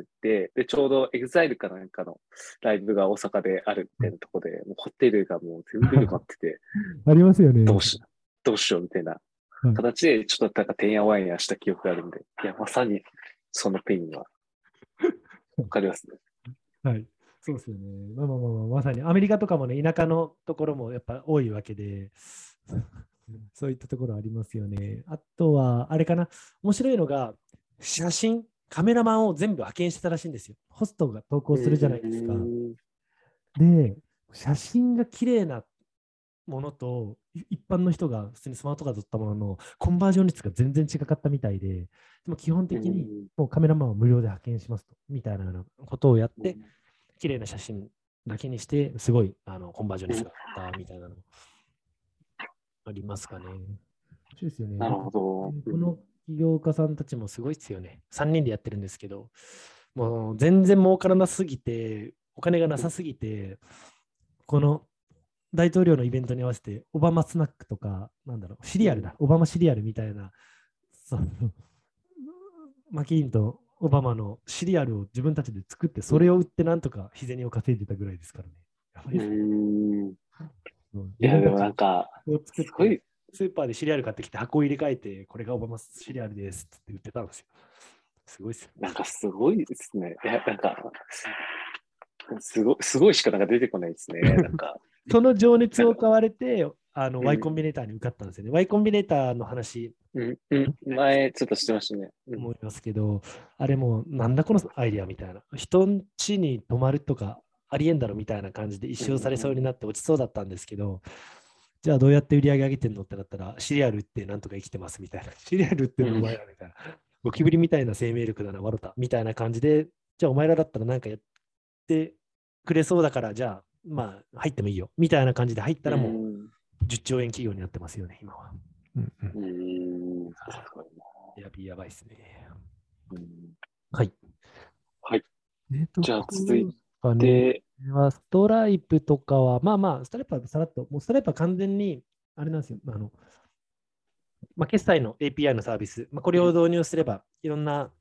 で、ちょうどエグザイルかなんかのライブが大阪であるみたいなところで、もうホテルがもう全部埋まってて、 ありますよね。 どうし、どうしようみたいな形で、ちょっとなんかてんやわんやした記憶があるんで、いや、まさにそのペインは、わかりますね。 はい。そうですよね。まあまあまあまあ、まさにアメリカとかもね、田舎のところもやっぱ多いわけで、そういったところありますよね。あとは、あれかな、面白いのが、写真、カメラマンを全部派遣してたらしいんですよ。ホストが投稿するじゃないですか。で、写真が綺麗なものと、一般の人が普通にスマートカード撮ったもののコンバージョン率が全然違かったみたいで、でも基本的にもうカメラマンは無料で派遣しますと、みたいなことをやって、綺麗な写真だけにして、すごいあのコンバージョン率が上がったみたいなのありますかね。面白いですよね。 なるほど。 この起業家さんたちもすごいですよね。さんにんでやってるんですけど、もう全然儲からなすぎて、お金がなさすぎて、この大統領のイベントに合わせて、オバマスナックとか、なんだろう、シリアルだ、オバマシリアルみたいな、そのマキーンとオバマのシリアルを自分たちで作って、それを売ってなんとか日銭を稼いでたぐらいですからね。やばいですね。 いや、でもなんか、 すごい。スーパーでシリアル買ってきて箱を入れ替えて、これがオバマシリアルですって売ってたんですよ。すごいですよ、ね。 なんかすごいですね。いや、なんか、すごすごいしかなんか出てこないですね。なんかその情熱を買われて、あの、うん、Y コンビネーターに受かったんですよね。Y コンビネーターの話、 うんうん、前ちょっとしてましたね。 うん、思いますけど、あれもなんだこのアイディアみたいな。人ん家に泊まるとかありえんだろみたいな感じで一生されそうになって落ちそうだったんですけど、うん、じゃあどうやって売り上げ上げてんのってなったら、シリアルってなんとか生きてますみたいな。シリアルってのお前らみたいな。ゴキブリみたいな生命力だな、ワロタみたいな感じで、じゃあお前らだったらなんかやってくれそうだから、じゃあまあ入ってもいいよみたいな感じで入ったらもうじゅっちょうえん企業になってますよね、今は。 うんうん。うーん、すごいな。やびやばいですね。 うん、 はい。 はい。えー、じゃあ続いて、ストライプとかは、まあまあ、ストライプはさらっと、もうストライプは完全に、あれなんですよ、あの、まあ、決済の エーピーアイ のサービス、まあ、これを導入すれば、いろんな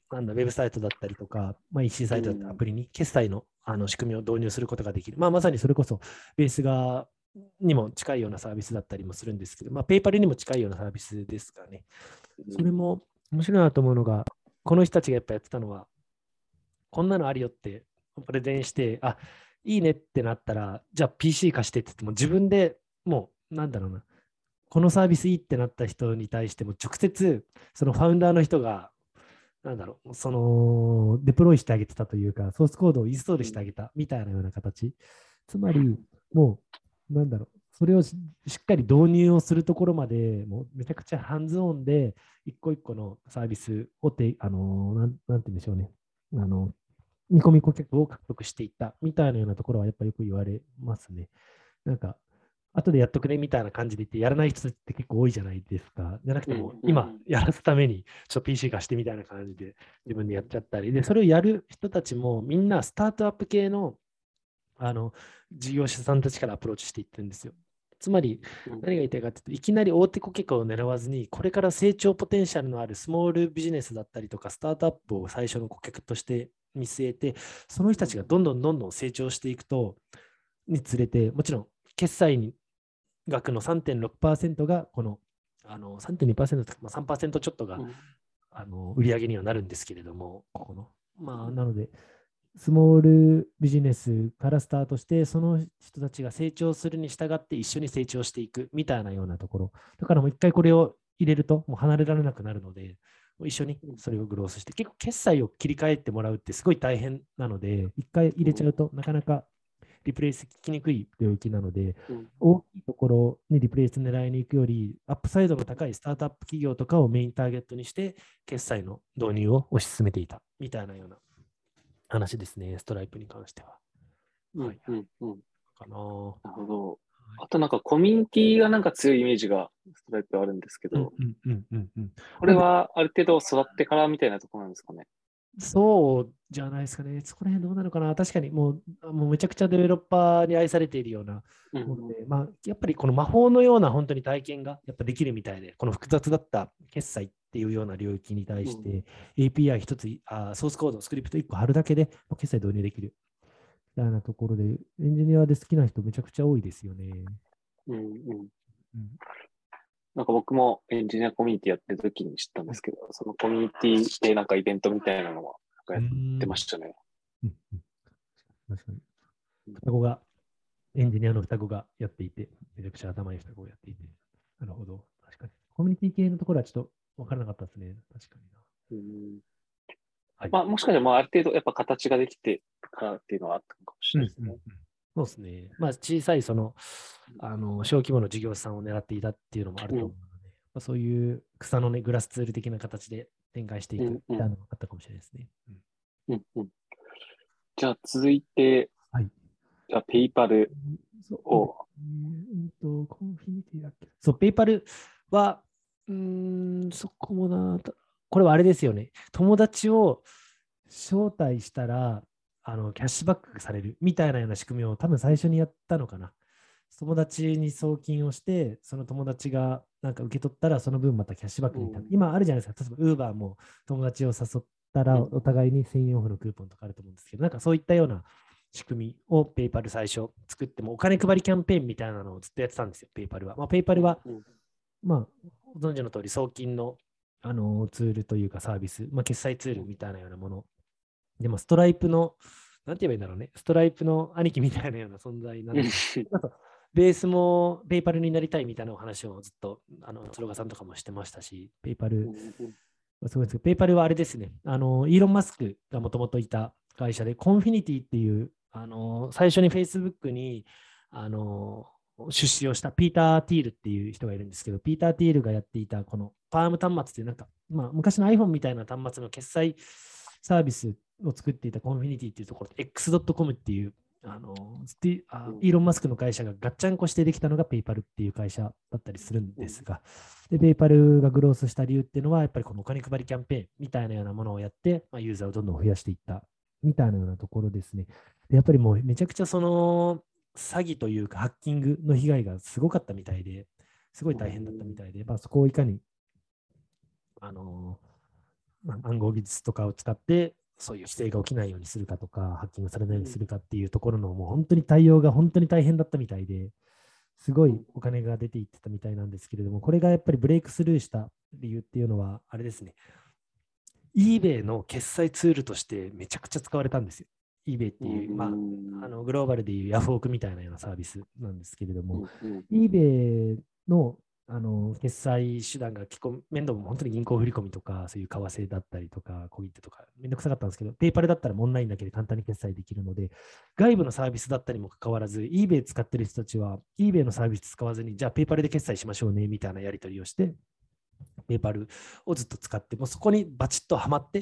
なんだウェブサイトだったりとか、まあ、イーシー サイトだったりアプリに決済の、あの仕組みを導入することができる。まあ、まさにそれこそベースがにも近いようなサービスだったりもするんですけど、まあ、ペイパルにも近いようなサービスですかね。それも面白いなと思うのが、この人たちがやっぱやってたのは、こんなのあるよってプレゼンして、あ、いいねってなったら、じゃあ ピーシー 貸してって言っても、自分でもう、なんだろうな、このサービスいいってなった人に対しても、直接、そのファウンダーの人が、なんだろう、その、デプロイしてあげてたというか、ソースコードをインストールしてあげたみたいなような形。つまり、もう、なんだろう、それをししっかり導入をするところまで、もうめちゃくちゃハンズオンで、一個一個のサービスをて、あのなん、なんて言うんでしょうね。あの、見込み顧客を獲得していったみたいなようなところはやっぱりよく言われますね。なんか、後でやっとくねみたいな感じで言ってやらない人って結構多いじゃないですか。じゃなくても、今やらすためにちょっと ピーシー 貸してみたいな感じで自分でやっちゃったり、で、それをやる人たちもみんなスタートアップ系の、あの事業者さんたちからアプローチしていってるんですよ。つまり、何が言いたいかというと、いきなり大手顧客を狙わずに、これから成長ポテンシャルのあるスモールビジネスだったりとか、スタートアップを最初の顧客として見据えて、その人たちがどんどんどんどん成長していくと、につれて、もちろん、決済に額の さんてんろくパーセント が、この、あの さんてんにパーセント とか、まあ、さんパーセントちょっとが、あの売り上げにはなるんですけれども、ここの。まあ、なので、スモールビジネスからスタートして、その人たちが成長するに従って一緒に成長していくみたいなようなところ。だからもう一回これを入れると、もう離れられなくなるので、一緒にそれをグロースして、結構決済を切り替えてもらうってすごい大変なので、一回入れちゃうとなかなかリプレイス聞きにくい領域なので、大きいところにリプレイス狙いに行くより、アップサイドの高いスタートアップ企業とかをメインターゲットにして、決済の導入を推し進めていたみたいなような話ですね、ストライプに関しては。 うんはい。 うんうん。 かな。 なるほど。あとなんかコミュニティがなんか強いイメージがストライプあるんですけど、 うんうんうんうんうん。 これはある程度育ってからみたいなところなんですかね。 そうじゃないですかね。そこら辺どうなのかな。確かにもう、もうめちゃくちゃデベロッパーに愛されているようなうんもので、まあ、やっぱりこの魔法のような本当に体験がやっぱできるみたいで、この複雑だった決済っていうような領域に対して、エーピーアイ 一つあ、ソースコード、スクリプトいっこ貼るだけでもう決済導入できるみたいなところで、エンジニアで好きな人めちゃくちゃ多いですよね。 うんうん。 うんなんか僕もエンジニアコミュニティやってる時に知ったんですけど、そのコミュニティでなんかイベントみたいなのはなんかやってましたね。 うんうん、確かに。双子が、エンジニアの双子がやっていて、めちゃくちゃ頭いい双子をやっていて。なるほど。確かに。コミュニティ系のところはちょっと分からなかったですね。確かにな。 うんはい。 まあもしかしたらまあある程度やっぱ形ができてからっていうのはあったのかもしうんれないですね。 うんうん、そうですね。まあ、小さいその、あの、小規模の事業者さんを狙っていたっていうのもあると思うので、まあ、そういう草のね、グラスツール的な形で展開していくみたいなのがあったかもしれないですね。 うんうん、じゃあ続いて、 はい。 じゃあペイパルそうでを、 すね。うんと、コンフィニティだっけ。そう、ペイパルは、うーん、そこもな、これはあれですよね。友達を招待したら、あの、キャッシュバックされるみたいなような仕組みを多分最初にやったのかな。友達に送金をして、その友達がなんか受け取ったら、その分またキャッシュバックに、うん、今あるじゃないですか。例えば、ウーバーも友達を誘ったら、お互いにせんえんオフのクーポンとかあると思うんですけど、なんかそういったような仕組みをペイパル最初作っても、お金配りキャンペーンみたいなのをずっとやってたんですよ、ペイパルは。まあ、ペイパルは、まあ、ご存知の通り、送金の、あのツールというかサービス、まあ、決済ツールみたいなようなもの。でも、ストライプの、なんて言えばいいんだろうね、ストライプの兄貴みたいなような存在なので、ベースもペイパルになりたいみたいなお話をずっと、あの、鶴岡さんとかもしてましたし、ペイパル、すごいですけど、ペイパルはあれですね、あの、イーロン・マスクがもともといた会社で、コンフィニティっていう、あの、最初に Facebook に、あの、出資をしたピーター・ティールっていう人がいるんですけど、ピーター・ティールがやっていたこのパーム端末っていうなんか、まあ、昔の iPhone みたいな端末の決済サービスを作っていたコンフィニティっていうところで エックスドットコム っていうあのあイーロン・マスクの会社がガッチャンコしてできたのがペイパルっていう会社だったりするんですが、でペイパルがグロースした理由っていうのは、やっぱりこのお金配りキャンペーンみたいなようなものをやって、まあ、ユーザーをどんどん増やしていったみたいなようなところですね。でやっぱりもうめちゃくちゃその詐欺というかハッキングの被害がすごかったみたいで、すごい大変だったみたいで、まあ、そこをいかに、あの暗号技術とかを使って、そういう不正が起きないようにするかとか、ハッキングされないようにするかっていうところの、もう本当に対応が本当に大変だったみたいで、すごいお金が出ていってたみたいなんですけれども、これがやっぱりブレイクスルーした理由っていうのは、あれですね、eBay の決済ツールとしてめちゃくちゃ使われたんですよ。eBay っていう、まあ、あのグローバルでいうヤフオクみたいなようなサービスなんですけれども、eBay のあの決済手段が結構面倒も本当に銀行振込とか、そういう為替だったりとか、小切手とか、めんどくさかったんですけど、ペイパルだったらオンラインだけで簡単に決済できるので、外部のサービスだったにもかかわらず、eBay 使ってる人たちは、eBay のサービス使わずに、じゃあペイパルで決済しましょうね、みたいなやり取りをして、ペイパルをずっと使って、もうそこにバチッとはまって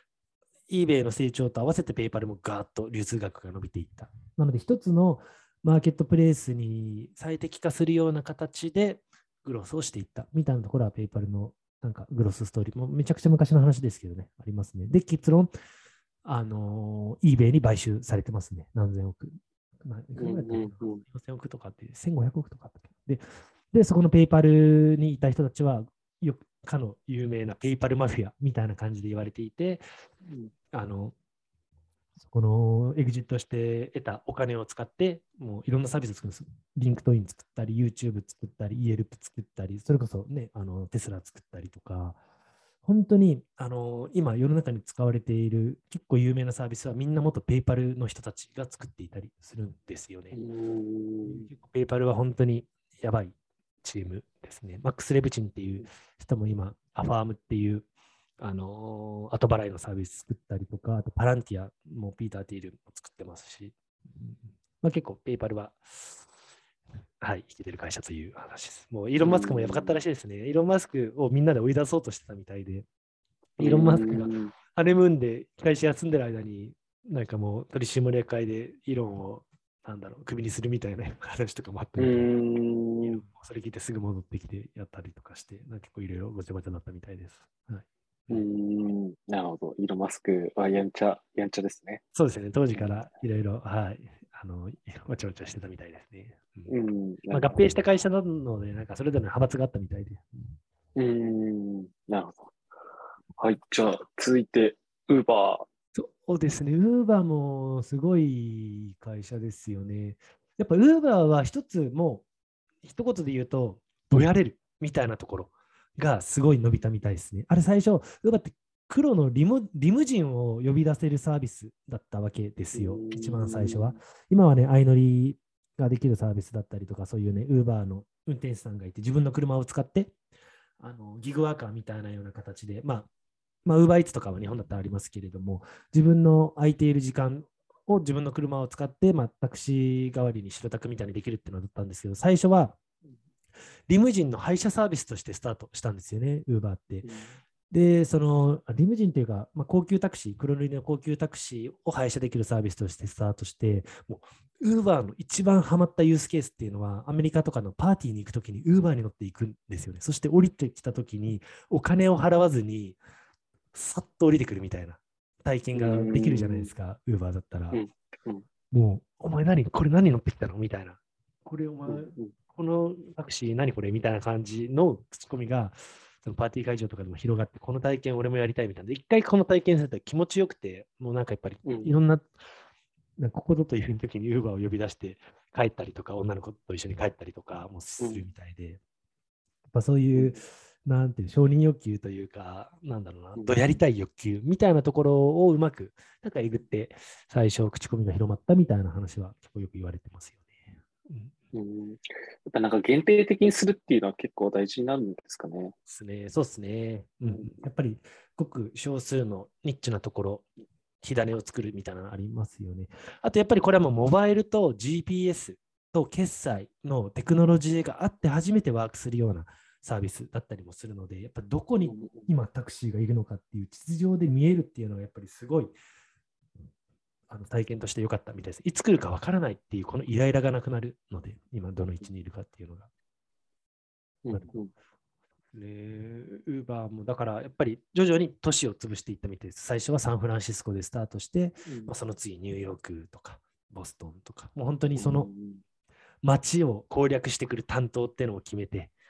、eBay の成長と合わせてペイパルもガーッと流通額が伸びていった。なので、一つのマーケットプレイスに最適化するような形でグロスをしていったみたいなところはペイパルのなんかグロスストーリーもめちゃくちゃ昔の話ですけどね、ありますね。で、結論、あのー、eBay に買収されてますね。何千億。まあ、いくらだったっけな、よんせんおくとかって、せんごひゃくおくとかあったっけで、で、そこのペイパルにいた人たちは、よくかの有名なペイパルマフィアみたいな感じで言われていて、あの、そこのエグジットして得たお金を使って、もういろんなサービスを作るんです。リンクトイン作ったり、YouTube 作ったり、イエルプ作ったり、それこそね、あのテスラ作ったりとか、本当にあの今世の中に使われている結構有名なサービスはみんな元ペイパルの人たちが作っていたりするんですよね。結構ペイパルは本当にやばいチームですね。マックス・レブチンっていう人も今、アファームっていうあのー、後払いのサービス作ったりとか、あとパランティアもピーター・ティールも作ってますし、まあ、結構ペイパルは、はい、生きてる会社という話です。もうイーロン・マスクもやばかったらしいですね。イーロン・マスクをみんなで追い出そうとしてたみたいで、イーロン・マスクがハネムーンで会社休んでる間に、なんかもう取締役会でイーロンをなんだろう、クビにするみたいな話とかもあったみたいで、それ聞いてすぐ戻ってきてやったりとかして、なんか結構いろいろごちゃごちゃだったみたいです。はい、 うーん、なるほど。イーロン・マスクはやんちゃ、やんちゃですね。 そうですね。当時からいろいろ、はい、あの、わちゃわちゃしてたみたいですね。うん。うん、まあ、合併した会社なので、なんかそれぞれの派閥があったみたいで。 うん、なるほど。はい、じゃあ、続いて、ウーバー。 そうですね。ウーバーもすごい会社ですよね。やっぱウーバーは一つもう、一言で言うと、どやれるみたいなところがすごい伸びたみたいですね。あれ最初、ウーバーって黒のリムリムジンを呼び出せるサービスだったわけですよ。一番最初は。今はね、相乗りができるサービスだったりとか、そういうね、ウーバーの運転手さんがいて、自分の車を使って、あのギグワーカーみたいなような形で、まあ、まあ、ウーバーイーツとかは日本だったらありますけれども、自分の空いている時間を自分の車を使って、まあ、タクシー代わりに白タクみたいにできるっていうのだったんですけど、最初はリムジンの配車サービスとしてスタートしたんですよね、ウーバーって。で、そのリムジンというか、まあ、高級タクシー、黒塗りの高級タクシーを配車できるサービスとしてスタートして、もうウーバーの一番ハマったユースケースっていうのは、アメリカとかのパーティーに行くときにウーバーに乗っていくんですよね。そして降りてきたときに、お金を払わずに、さっと降りてくるみたいな体験ができるじゃないですか、ウーバーだったら。うんうん、もう、お前何これ何乗ってきたのみたいな。これお前、うん、このタクシー何これみたいな感じのツッコミが、そのパーティー会場とかでも広がって、この体験俺もやりたいみたいな。一回この体験すると気持ちよくて、もうなんかやっぱりいろんな、うん、なんかここぞという時にウーバーを呼び出して帰ったりとか、女の子と一緒に帰ったりとかもするみたいで、うん、やっぱそういう、なんていう承認欲求というか、なんだろうな、どやりたい欲求みたいなところをうまく、なんかえぐって、最初、口コミが広まったみたいな話は結構よく言われてますよね。 うん、やっぱなんか限定的にするっていうのは結構大事なんですかね。 ですね、そうですね。うん、やっぱり、ごく少数のニッチなところ、火種を作るみたいなのありますよね。あと、やっぱりこれはもうモバイルと ジーピーエス と決済のテクノロジーがあって初めてワークするようなサービスだったりもするので、やっぱどこに今タクシーがいるのかっていう地図上で見えるっていうのはやっぱりすごいあの体験として良かったみたいです。いつ来るかわからないっていうこのイライラがなくなるので、今どの位置にいるかっていうのが。うんうんウーバーもだからやっぱり徐々に都市を潰していったみたいです。最初はサンフランシスコでスタートして、うん、まあ、その次ニューヨークとかボストンとか、もう本当にその街を攻略してくる担当っていうのを決めて、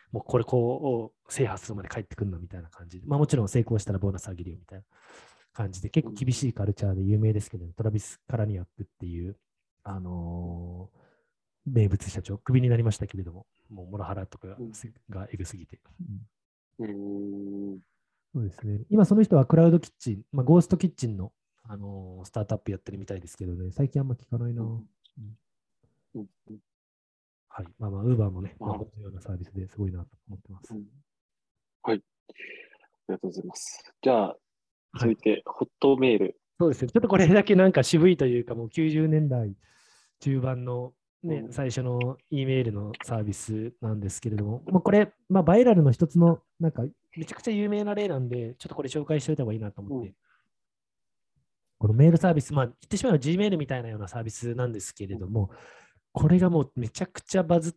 もうこれこう制覇するまで帰ってくるのみたいな感じで、まあもちろん成功したらボーナスあげるよみたいな感じで、結構厳しいカルチャーで有名ですけど、トラビス・カラニアックっていう、あのー名物社長、クビになりましたけれども、もうモラハラとかが,、 うんがエグすぎて。 うーん。 そうですね。今その人はクラウドキッチン、まあ、ゴーストキッチンの、あのースタートアップやってるみたいですけどね、最近あんま聞かないな。 うんうんうんはい。まあまあ、ウーバーもね、まあ、 あこのようなサービスですごいなと思ってます。 うんはい。ありがとうございます。じゃあ、 はい。 続いて、ホットメール。 そうですね。ちょっとこれだけなんか渋いというか、もうきゅうじゅうねんだい中盤のね、 うん最初の E メールのサービスなんですけれども、もうこれ、まあ、バイラルの一つの、なんか、めちゃくちゃ有名な例なんで、ちょっとこれ紹介しておいた方がいいなと思っうんて、このメールサービス、まあ、言ってしまえば Gmail みたいなようなサービスなんですけれども、これがもうめちゃくちゃバズって、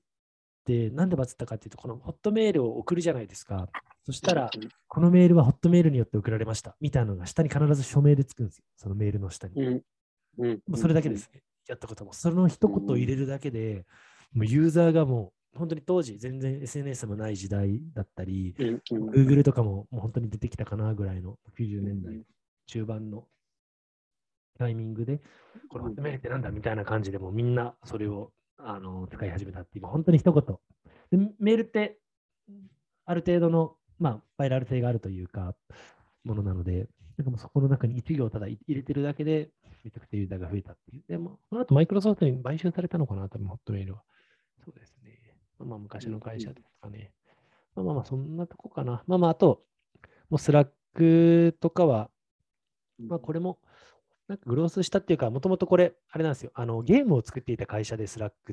なんでバズったかっていうと、このホットメールを送るじゃないですか。そしたら、このメールはホットメールによって送られましたみたいなのが下に必ず署名でつくんですよ。そのメールの下に。 うんうんもうそれだけですね。やったことも。その一言を入れるだけで、もうユーザーがもう、本当に当時全然 エスエヌエス もない時代だったり、 うんうん Google とかももう本当に出てきたかなぐらいのきゅうじゅうねんだい中盤のタイミングで、このホットメールってなんだみたいな感じでもうみんなそれをあの使い始めたっていう、本当に一言。でメールってある程度の、まあ、バイラル性があるというか、ものなので、なんかもうそこの中に一行ただ入れてるだけで、めちゃくちゃユーザーが増えたっていう。でも、その後マイクロソフトに買収されたのかな、多分ホットメールは。そうですね。まあ、昔の会社ですかね。まあまあまあ、そんなとこかな。まあまあ、あと、もうスラックとかは、まあこれも、なんかグロースしたっていうか、もともとこれ、あれなんですよ。あの、ゲームを作っていた会社でスラックって、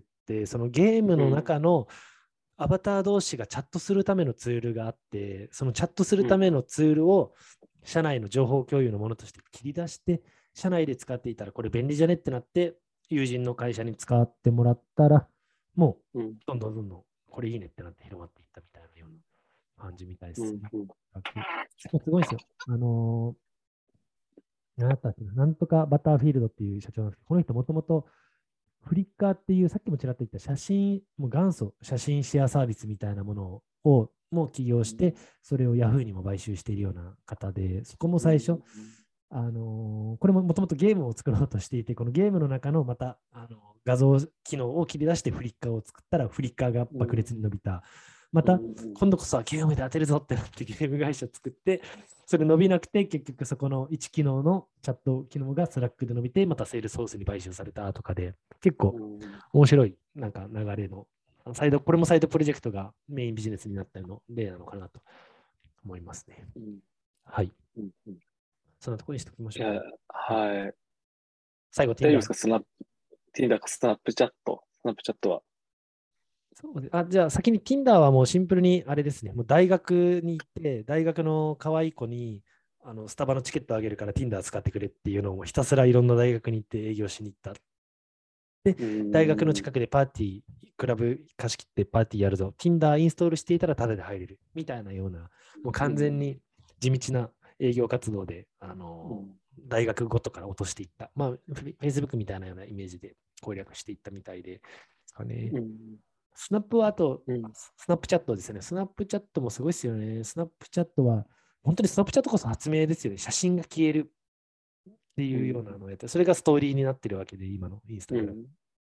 そのゲームの中のアバター同士がチャットするためのツールがあって、そのチャットするためのツールを社内の情報共有のものとして切り出して、社内で使っていたらこれ便利じゃねってなって、友人の会社に使ってもらったら、もうどんどんどんどんこれいいねってなって広まっていったみたいなような感じみたいです。 うんうんすごいですよ。あのー、なんだったっけな、なんとかバターフィールドっていう社長なんですけど、この人もともとフリッカーっていう、さっきもちらっと言った写真、もう元祖写真シェアサービスみたいなものをもう起業して、それを Yahoo にも買収しているような方で、そこも最初、あのーこれももともとゲームを作ろうとしていて、このゲームの中のまた、あのー画像機能を切り出してフリッカーを作ったら、フリッカーが爆裂に伸びた。また、今度こそはゲームで当てるぞってなってゲーム会社作って、それ伸びなくて、結局そこのいち機能のチャット機能がスラックで伸びて、またセールスソースに買収されたとかで、結構面白いなんか流れの、サイド、これもサイドプロジェクトがメインビジネスになったの例なのかなと思いますね。はい。そんなところにしておきましょう。 はい。 最後、 大丈夫ですかスナップ、Tinder かスナップチャット。スナップチャットは。 そうです。あ、じゃあ先に Tinder はもうシンプルにあれですね。もう大学に行って、大学の可愛い子にあのスタバのチケットあげるから Tinder 使ってくれっていうのをひたすらいろんな大学に行って営業しに行った。で、大学の近くでパーティー、クラブ貸し切ってパーティーやるぞ。Tinder インストールしていたらタダで入れる。みたいなような、もう完全に地道な営業活動で、あの大学ごとから落としていった。まあ、Facebook みたいなようなイメージで攻略していったみたいで。かね。スナップはあと、うん、スナップチャットですね。スナップチャットもすごいですよね。スナップチャットは、本当にスナップチャットこそ発明ですよね。写真が消えるっていうようなのをやって、それがストーリーになってるわけで、今のインスタグラム。うん、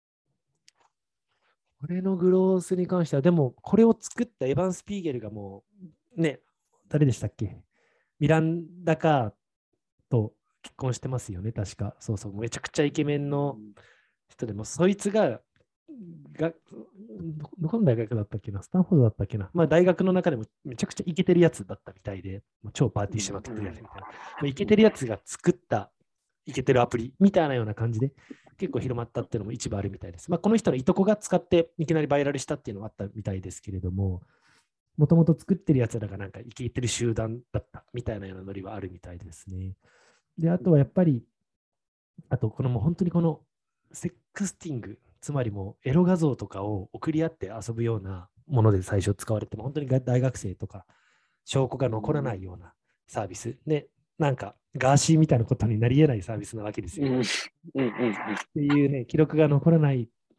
これのグロースに関しては、でも、これを作ったエヴァン・スピーゲルがもう、ね、誰でしたっけミランダ・カーと結婚してますよね、確か。そうそう、めちゃくちゃイケメンの人でも、そいつが、がどこの大学だったっけな、スタンフォードだったっけな、まあ大学の中でもめちゃくちゃイケてるやつだったみたいで、もう超パーティーしまくってるやつみたいな。うん、イケてるやつが作ったイケてるアプリみたいなような感じで結構広まったっていうのも一部あるみたいです。まあこの人のいとこが使っていきなりバイラルしたっていうのがあったみたいですけれども、もともと作ってるやつらがなんかイケてる集団だったみたいなようなノリはあるみたいですね。で、あとはやっぱり、あとこのもう本当にこのセックスティング、つまりもうエロ画像とかを送り合って遊ぶようなもので最初使われても、本当に大学生とか証拠が残らないようなサービスで、なんかガーシーみたいなことになり得ないサービスなわけですよ。っていうね、記録が残らない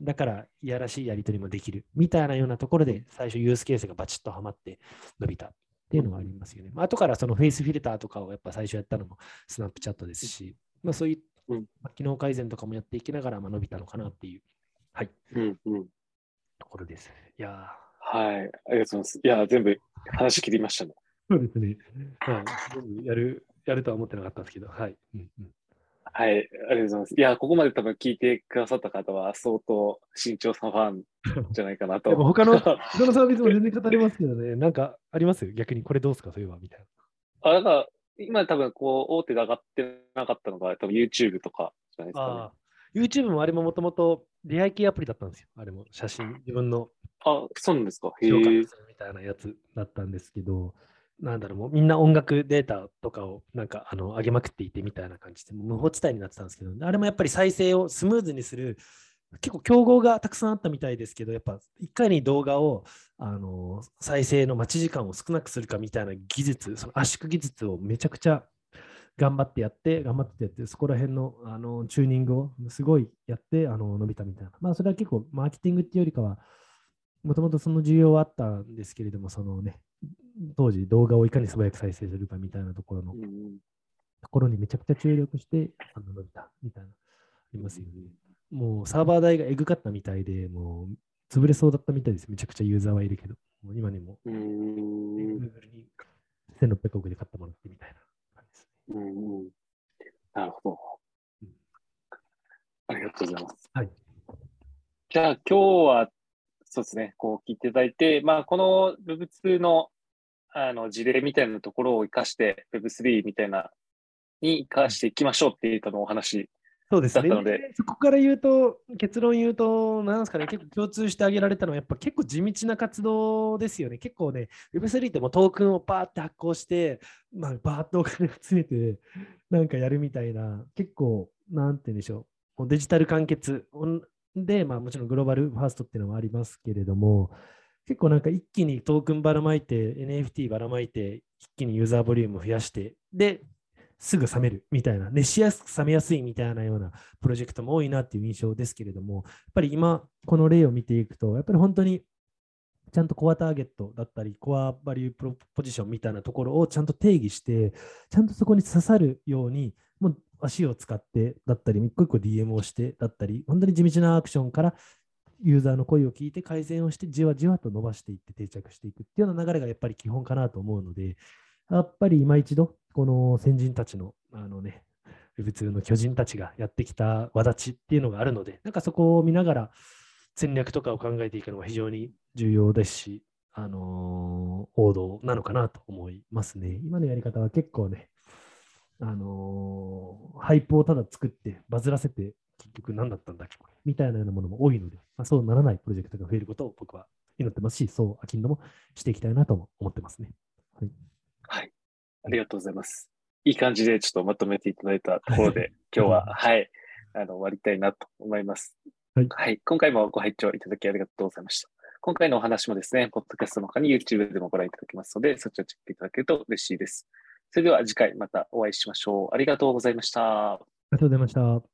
だからいやらしいやり取りもできるみたいなようなところで最初ユースケースがバチッとはまって伸びたっていうのはありますよね。まあ後からそのフェイスフィルターとかをやっぱ最初やったのもスナップチャットですし、まあ、そういううん、 機能改善とかもやっていきながらまあ伸びたのかなっていう、はい、 うんうん、 ところです。いやはい。ありがとうございます。いや、全部話切りましたね。 そうですね。はい。全部やる、やるとは思ってなかったんですけど、はい。うんうん、 はい。ありがとうございます。いや、ここまで多分聞いてくださった方は相当新潮さんファンじゃないかなでもと。 他の、他のサービスも全然語れますけどね、なんかあります逆にこれどうすか、そういえば、みたいな。 あ、だから今多分こう大手で上がってなかったのが多分 YouTube とかじゃないですかね。 ああ、YouTube もあれももともと出会い系アプリだったんですよ。あれも写真、自分のあ、そうなんですか。へ紹介え。 するみたいなやつだったんですけど、なんだろう、もうみんな音楽データとかをなんかあの上げまくっていてみたいな感じで、もう無法地帯になってたんですけど、あれもやっぱり再生をスムーズにする、結構競合がたくさんあったみたいですけど、やっぱいかに動画をあの再生の待ち時間を少なくするかみたいな技術、その圧縮技術をめちゃくちゃ頑張ってやって、頑張ってやって、そこら辺のあのチューニングをすごいやってあの伸びたみたいな。まあ、それは結構マーケティングっていうよりかは、もともとその需要はあったんですけれども、そのね、当時動画をいかに素早く再生するかみたいなところのうん、 ところにめちゃくちゃ注力してあの伸びたみたいな、ありますよね。もうサーバー代がエグかったみたいで、もう潰れそうだったみたいです。めちゃくちゃユーザーはいるけど、もう今にも、 うね、 ん、 Google にせんろっぴゃくおくで買ってもらってみたいな感じですね。 うん、うん。なるほど。 うん、 ありがとうございます。 はい。 じゃあ今日はそうですね、こう聞いていただいて、まあこの ウェブツー のあの事例みたいなところを活かして ウェブスリー みたいなに活かしていきましょうっていうのお話そうですね。 だったので、 で、そこから言うと、結論言うと、なんですかね、結構共通してあげられたのは、やっぱ結構地道な活動ですよね。結構ね、ウェブスリー ってもうトークンをパーって発行して、まあ、バーっとお金を集めて、なんかやるみたいな、結構、なんて言うんでしょう、もうデジタル完結で、まあもちろんグローバルファーストっていうのもありますけれども、結構なんか一気にトークンばらまいて、エヌエフティー ばらまいて、一気にユーザーボリュームを増やして、で、すぐ冷めるみたいな、熱しやすく冷めやすいみたいなようなプロジェクトも多いなっていう印象ですけれども、やっぱり今、この例を見ていくと、やっぱり本当にちゃんとコアターゲットだったり、コアバリュープロポジションみたいなところをちゃんと定義して、ちゃんとそこに刺さるように、もう足を使ってだったり、一個一個 ディーエム をしてだったり、本当に地道なアクションからユーザーの声を聞いて改善をして、じわじわと伸ばしていって定着していくっていうような流れがやっぱり基本かなと思うので、やっぱり今一度、この先人たちの、あのね、ウェブツーの巨人たちがやってきた輪立ちっていうのがあるので、なんかそこを見ながら戦略とかを考えていくのが非常に重要ですし、あのー王道なのかなと思いますね。今のやり方は結構ね、あのーハイプをただ作ってバズらせて結局何だったんだっけこれみたいなようなものも多いので、まあ、そうならないプロジェクトが増えることを僕は祈ってますし、そうアキンドもしていきたいなとも思ってますね。はい。 はい。ありがとうございます。いい感じでちょっとまとめていただいたところで、今日は、はい、あの、終わりたいなと思います。 はい。 はい。今回もご拝聴いただきありがとうございました。今回のお話もですね、ポッドキャストの他に YouTube でもご覧いただけますので、そちらチェックいただけると嬉しいです。それでは次回またお会いしましょう。ありがとうございました。 ありがとうございました。